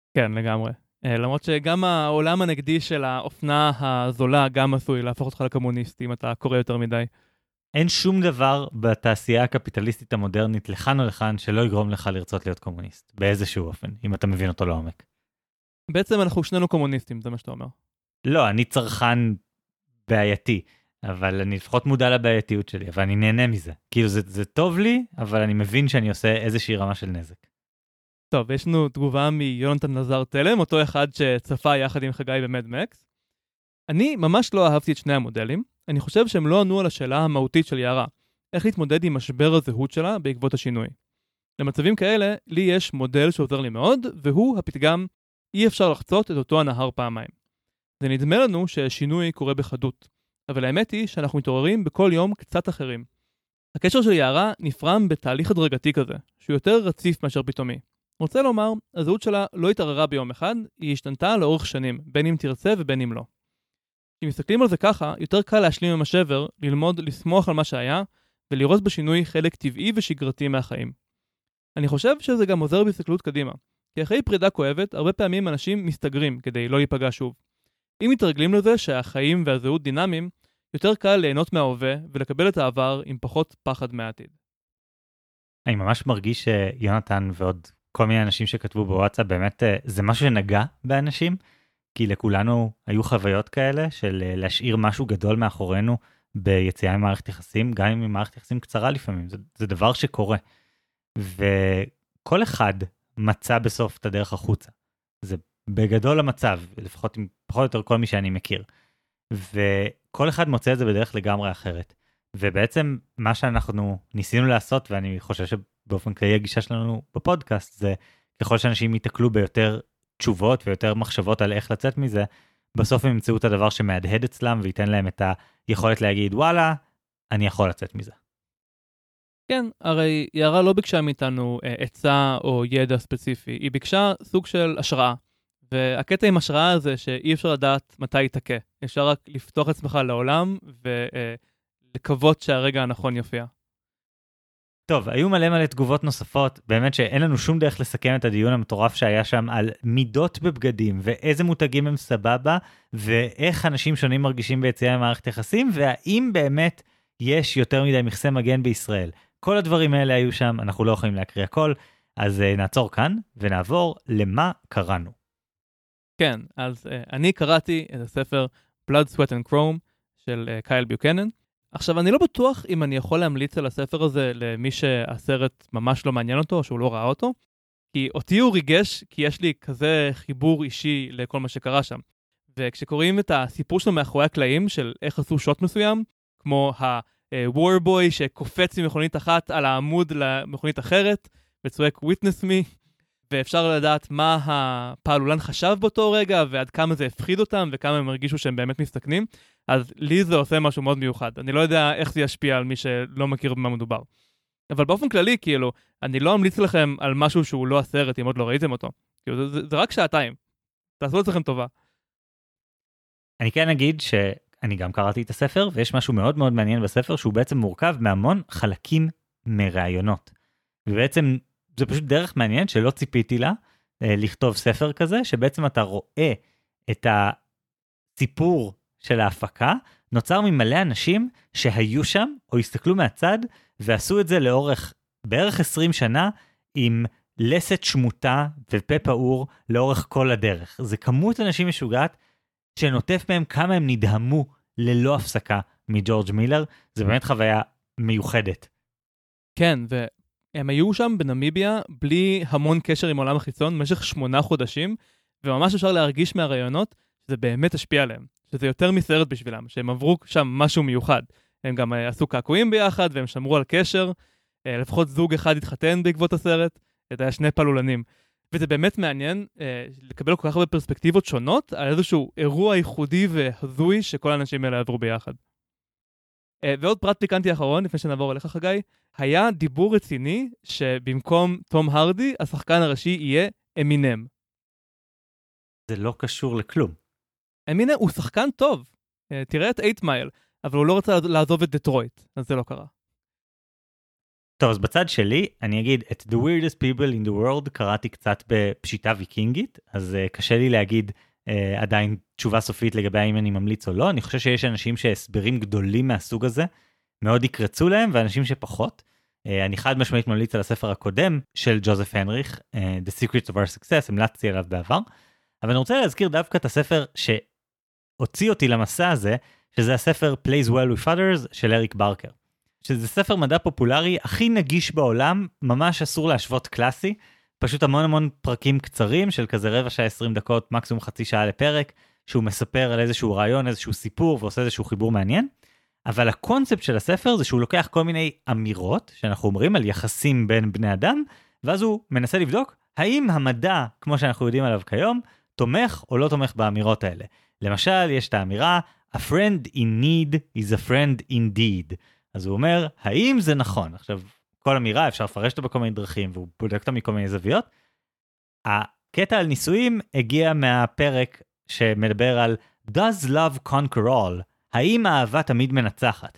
כן, לגמרי. למרות שגם העולם הנגדי של האופנה הזולה גם עשוי להפוך אותך לקומוניסט, אם אתה קורא יותר מדי. אין שום דבר בתעשייה הקפיטליסטית המודרנית, לכאן או לכאן, שלא יגרום לך לרצות להיות קומוניסט, באיזשהו אופן, אם אתה מבין אותו לעומק. בעצם אנחנו שנינו קומוניסטים, זה מה שאתה אומר. לא, אני צרכן בעייתי, אבל אני לפחות מודע לבעייתיות שלי, אבל אני נהנה מזה. כאילו זה טוב לי, אבל אני מבין שאני עושה איזושהי רמה של נזק. טוב, יש לנו תגובה מיונתן נזר תלם, אותו אחד שצפה יחד עם חגי במד מקס. אני ממש לא אהבתי את שני המודלים. אני חושב שהם לא ענו על השאלה המהותית של יערה. איך להתמודד עם משבר הזהות שלה בעקבות השינוי. למצבים כאלה, לי יש מודל שעוזר לי מאוד, והוא הפתגם, אי אפשר לחצות את אותו הנהר פעמיים. זה נדמה לנו ששינוי קורה בחדות, אבל האמת היא שאנחנו מתעוררים בכל יום קצת אחרים. הקשר של יערה נפרם בתהליך הדרגתי כזה, שהוא יותר רציף מאשר פתאומי. רוצה לומר, הזהות שלה לא התערערה ביום אחד, היא השתנתה לאורך שנים, בין אם תרצה ובין אם לא. כשמסתכלים על זה ככה, יותר קל להשלים עם השבר, ללמוד לסמוך על מה שהיה, ולראות בשינוי חלק טבעי ושגרתי מהחיים. אני חושב שזה גם עוזר בהסתכלות קדימה, כי אחרי פרידה כואבת, הרבה פעמים אנשים מסתגרים כדי לא להיפגע שוב. אם מתרגלים לזה שהחיים והזהות דינמיים, יותר קל ליהנות מההווה ולקבל את העבר עם פחות פחד מהעתיד. אני ממש מרגיש שיונתן ועוד כל מיני אנשים שכתבו בוואטסאפ, באמת זה משהו שנגע באנשים, כי לכולנו היו חוויות כאלה של להשאיר משהו גדול מאחורינו ביציאה ממערכת יחסים, גם אם מערכת יחסים קצרה לפעמים, זה דבר שקורה. וכל אחד מצא בסוף את הדרך החוצה. זה בגדול המצב, לפחות עם פחות או יותר כל מי שאני מכיר. וכל אחד מוצא את זה בדרך לגמרי אחרת. ובעצם מה שאנחנו ניסינו לעשות, ואני חושב שבאופן כללי הגישה שלנו בפודקאסט, זה ככל שאנשים ייתקלו ביותר תשובות ויותר מחשבות על איך לצאת מזה, בסוף הם ימצאו את הדבר שמהדהד אצלם, וייתן להם את היכולת להגיד, וואלה, אני יכול לצאת מזה. כן, הרי יערה לא ביקשה מאיתנו עצה או ידע ספציפי, היא ביקשה סוג של השראה. והקטע עם השראה זה שאי אפשר לדעת מתי היא תקה. אפשר רק לפתוח עצמך לעולם ולקוות שהרגע הנכון יופיע. טוב, היו מלא תגובות נוספות, באמת שאין לנו שום דרך לסכם את הדיון המטורף שהיה שם על מידות בבגדים, ואיזה מותגים הם סבבה, ואיך אנשים שונים מרגישים ביציאה ממערכת יחסים, והאם באמת יש יותר מדי מכסה מגן בישראל. כל הדברים האלה היו שם, אנחנו לא יכולים להקריא הכל, אז נעצור כאן ונעבור למה קראנו. כן, אז אני קראתי את הספר Blood, Sweat and Chrome של קייל ביוקנן. עכשיו, אני לא בטוח אם אני יכול להמליץ על הספר הזה למי שהסרט ממש לא מעניין אותו, או שהוא לא ראה אותו, כי אותי הוא ריגש, כי יש לי כזה חיבור אישי לכל מה שקרה שם. וכשקוראים את הסיפור שלו מאחורי הקלעים של איך עשו שוט מסוים, כמו ה-Warboy שקופץ ממכונית אחת על העמוד למכונית אחרת, וצועק Witness me, ואפשר לדעת מה הפעלולן חשב באותו רגע, ועד כמה זה הפחיד אותם, וכמה הם הרגישו שהם באמת מסתכנים, אז לי זה עושה משהו מאוד מיוחד. אני לא יודע איך זה ישפיע על מי שלא מכיר במה מדובר. אבל באופן כללי, כאילו, אני לא אמליץ לכם על משהו שהוא לא הסרט, אם עוד לא ראיתם אותו. כאילו, זה רק שעתיים. תעשו לעצמכם טובה. אני כן אגיד שאני גם קראתי את הספר, ויש משהו מאוד מאוד מעניין בספר, שהוא בעצם מורכב מהמון חלקים מרעיונות. ובעצם זה פשוט דרך מעניינת שלא ציפיתי לה, לכתוב ספר כזה, שבעצם אתה רואה את הסיפור של ההפקה, נוצר ממלא אנשים שהיו שם, או הסתכלו מהצד, ועשו את זה לאורך בערך 20 שנה, עם לסת שמוטה ופה פעור לאורך כל הדרך. זה כמות אנשים משוגעת, שנוטף מהם כמה הם נדהמו ללא הפסקה מג'ורג' מילר. זה באמת חוויה מיוחדת. כן, והם היו שם בנמיביה בלי המון קשר עם עולם החיצון במשך 8 חודשים, וממש אפשר להרגיש מהרעיונות שזה באמת השפיע עליהם, שזה יותר מסרט בשבילם, שהם עברו שם משהו מיוחד. הם גם עשו קעקועים ביחד, והם שמרו על קשר, לפחות זוג אחד התחתן בעקבות הסרט, זה היה 2 פעלולנים. וזה באמת מעניין לקבל כל כך הרבה פרספקטיבות שונות על איזשהו אירוע ייחודי והזוי שכל האנשים האלה עברו ביחד. ועוד פרט פיקנטי אחרון, לפני שנעבור אליך חגי, היה דיבור רציני שבמקום תום הרדי, השחקן הראשי יהיה אמינם. זה לא קשור לכלום. אמינם הוא שחקן טוב. תראה את 8 מייל, אבל הוא לא רצה לעזוב את דטרויט, אז זה לא קרה. טוב, אז בצד שלי, אני אגיד, את The Weirdest People in the World קראתי קצת בפשיטה ויקינגית, אז קשה לי להגיד עדיין תשובה סופית לגבי האם אני ממליץ או לא. אני חושב שיש אנשים שהסברים גדולים מהסוג הזה מאוד יקרצו להם, ואנשים שפחות. אני חד משמעית ממליץ על הספר הקודם של ג'וזף הנריך, The Secrets of Our Success, המלצתי עליו בעבר. אבל אני רוצה להזכיר דווקא את הספר שהוציא אותי למסע הזה, שזה הספר Plays Well with Others של אריק ברקר. שזה ספר מדע פופולרי הכי נגיש בעולם, ממש אסור להשוות קלאסי, פשוט המון פרקים קצרים של כזה רבע שעה 20 דקות, מקסימום חצי שעה לפרק, שהוא מספר על איזשהו רעיון, איזשהו סיפור, ועושה איזשהו חיבור מעניין. אבל הקונספט של הספר זה שהוא לוקח כל מיני אמירות, שאנחנו אומרים על יחסים בין בני אדם, ואז הוא מנסה לבדוק, האם המדע, כמו שאנחנו יודעים עליו כיום, תומך או לא תומך באמירות האלה. למשל, יש את האמירה, A friend in need is a friend indeed. אז הוא אומר, האם זה נכון? עכשיו, כל אמירה אפשר לפרש אותה בכל מיני דרכים, והוא בודק אותה מכל מיני זוויות. הקטע על ניסויים הגיע מהפרק שמדבר על Does love conquer all? האם האהבה תמיד מנצחת?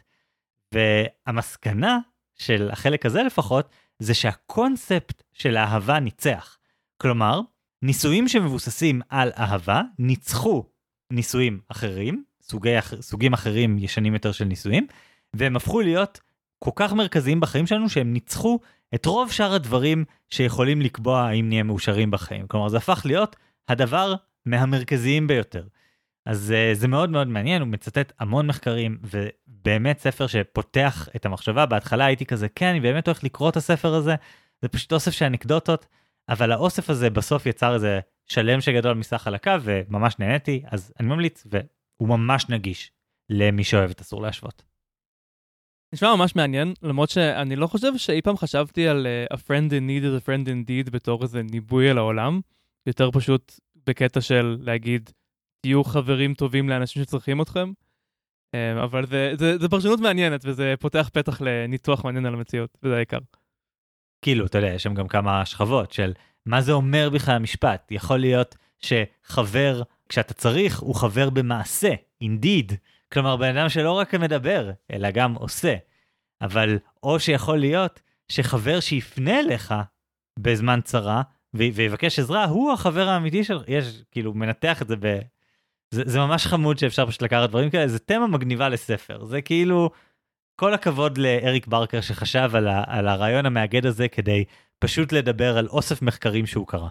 והמסקנה של החלק הזה לפחות, זה שהקונספט של האהבה ניצח. כלומר, ניסויים שמבוססים על אהבה, ניצחו ניסויים אחרים, סוגים אחרים ישנים יותר של ניסויים, והם הפכו להיות כל כך מרכזיים בחיים שלנו, שהם ניצחו את רוב שאר הדברים שיכולים לקבוע האם נהיה מאושרים בחיים. כלומר, זה הפך להיות הדבר מהמרכזיים ביותר. אז זה מאוד מאוד מעניין, הוא מצטט המון מחקרים, ובאמת ספר שפותח את המחשבה. בהתחלה הייתי כזה, כן, אני באמת הולך לקרוא את הספר הזה, זה פשוט אוסף של אנקדוטות, אבל האוסף הזה בסוף יצר איזה שלם שגדול מסך על הקו, וממש נהניתי, אז אני ממליץ, והוא ממש נגיש למי שאוהב את אסור להשוות. נשמע ממש מעניין, למרות שאני לא חושב שאי פעם חשבתי על a friend in need is a friend indeed בתור איזה ניבוי על העולם, יותר פשוט בקטע של להגיד, תהיו חברים טובים לאנשים שצריכים אתכם, אבל זה פרשנות מעניינת, וזה פותח פתח לניתוח מעניין על המציאות, וזה העיקר. כאילו, אתה יודע, יש שם גם כמה שכבות של מה זה אומר בכלל המשפט. יכול להיות שחבר, כשאתה צריך, הוא חבר במעשה, indeed. כלומר, בן אדם שלא רק מדבר, אלא גם עושה. אבל או שיכול להיות שחבר שיפנה אליך בזמן צרה, ויבקש עזרה, הוא החבר האמיתי שלך. יש, כאילו, מנתח את זה זה ממש חמוד שאפשר פשוט לקחת דברים כאלה, זה תמה מגניבה לספר. זה כאילו, כל הכבוד לאריק ברקר שחשב על הרעיון המאגד הזה, כדי פשוט לדבר על אוסף מחקרים שהוא קרא.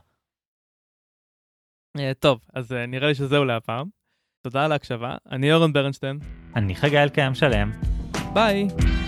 טוב, אז נראה לי שזהו להפעם. תודה על ההקשבה. אני אורן ברנשטיין. אני חגי אלקיים שלם. ביי.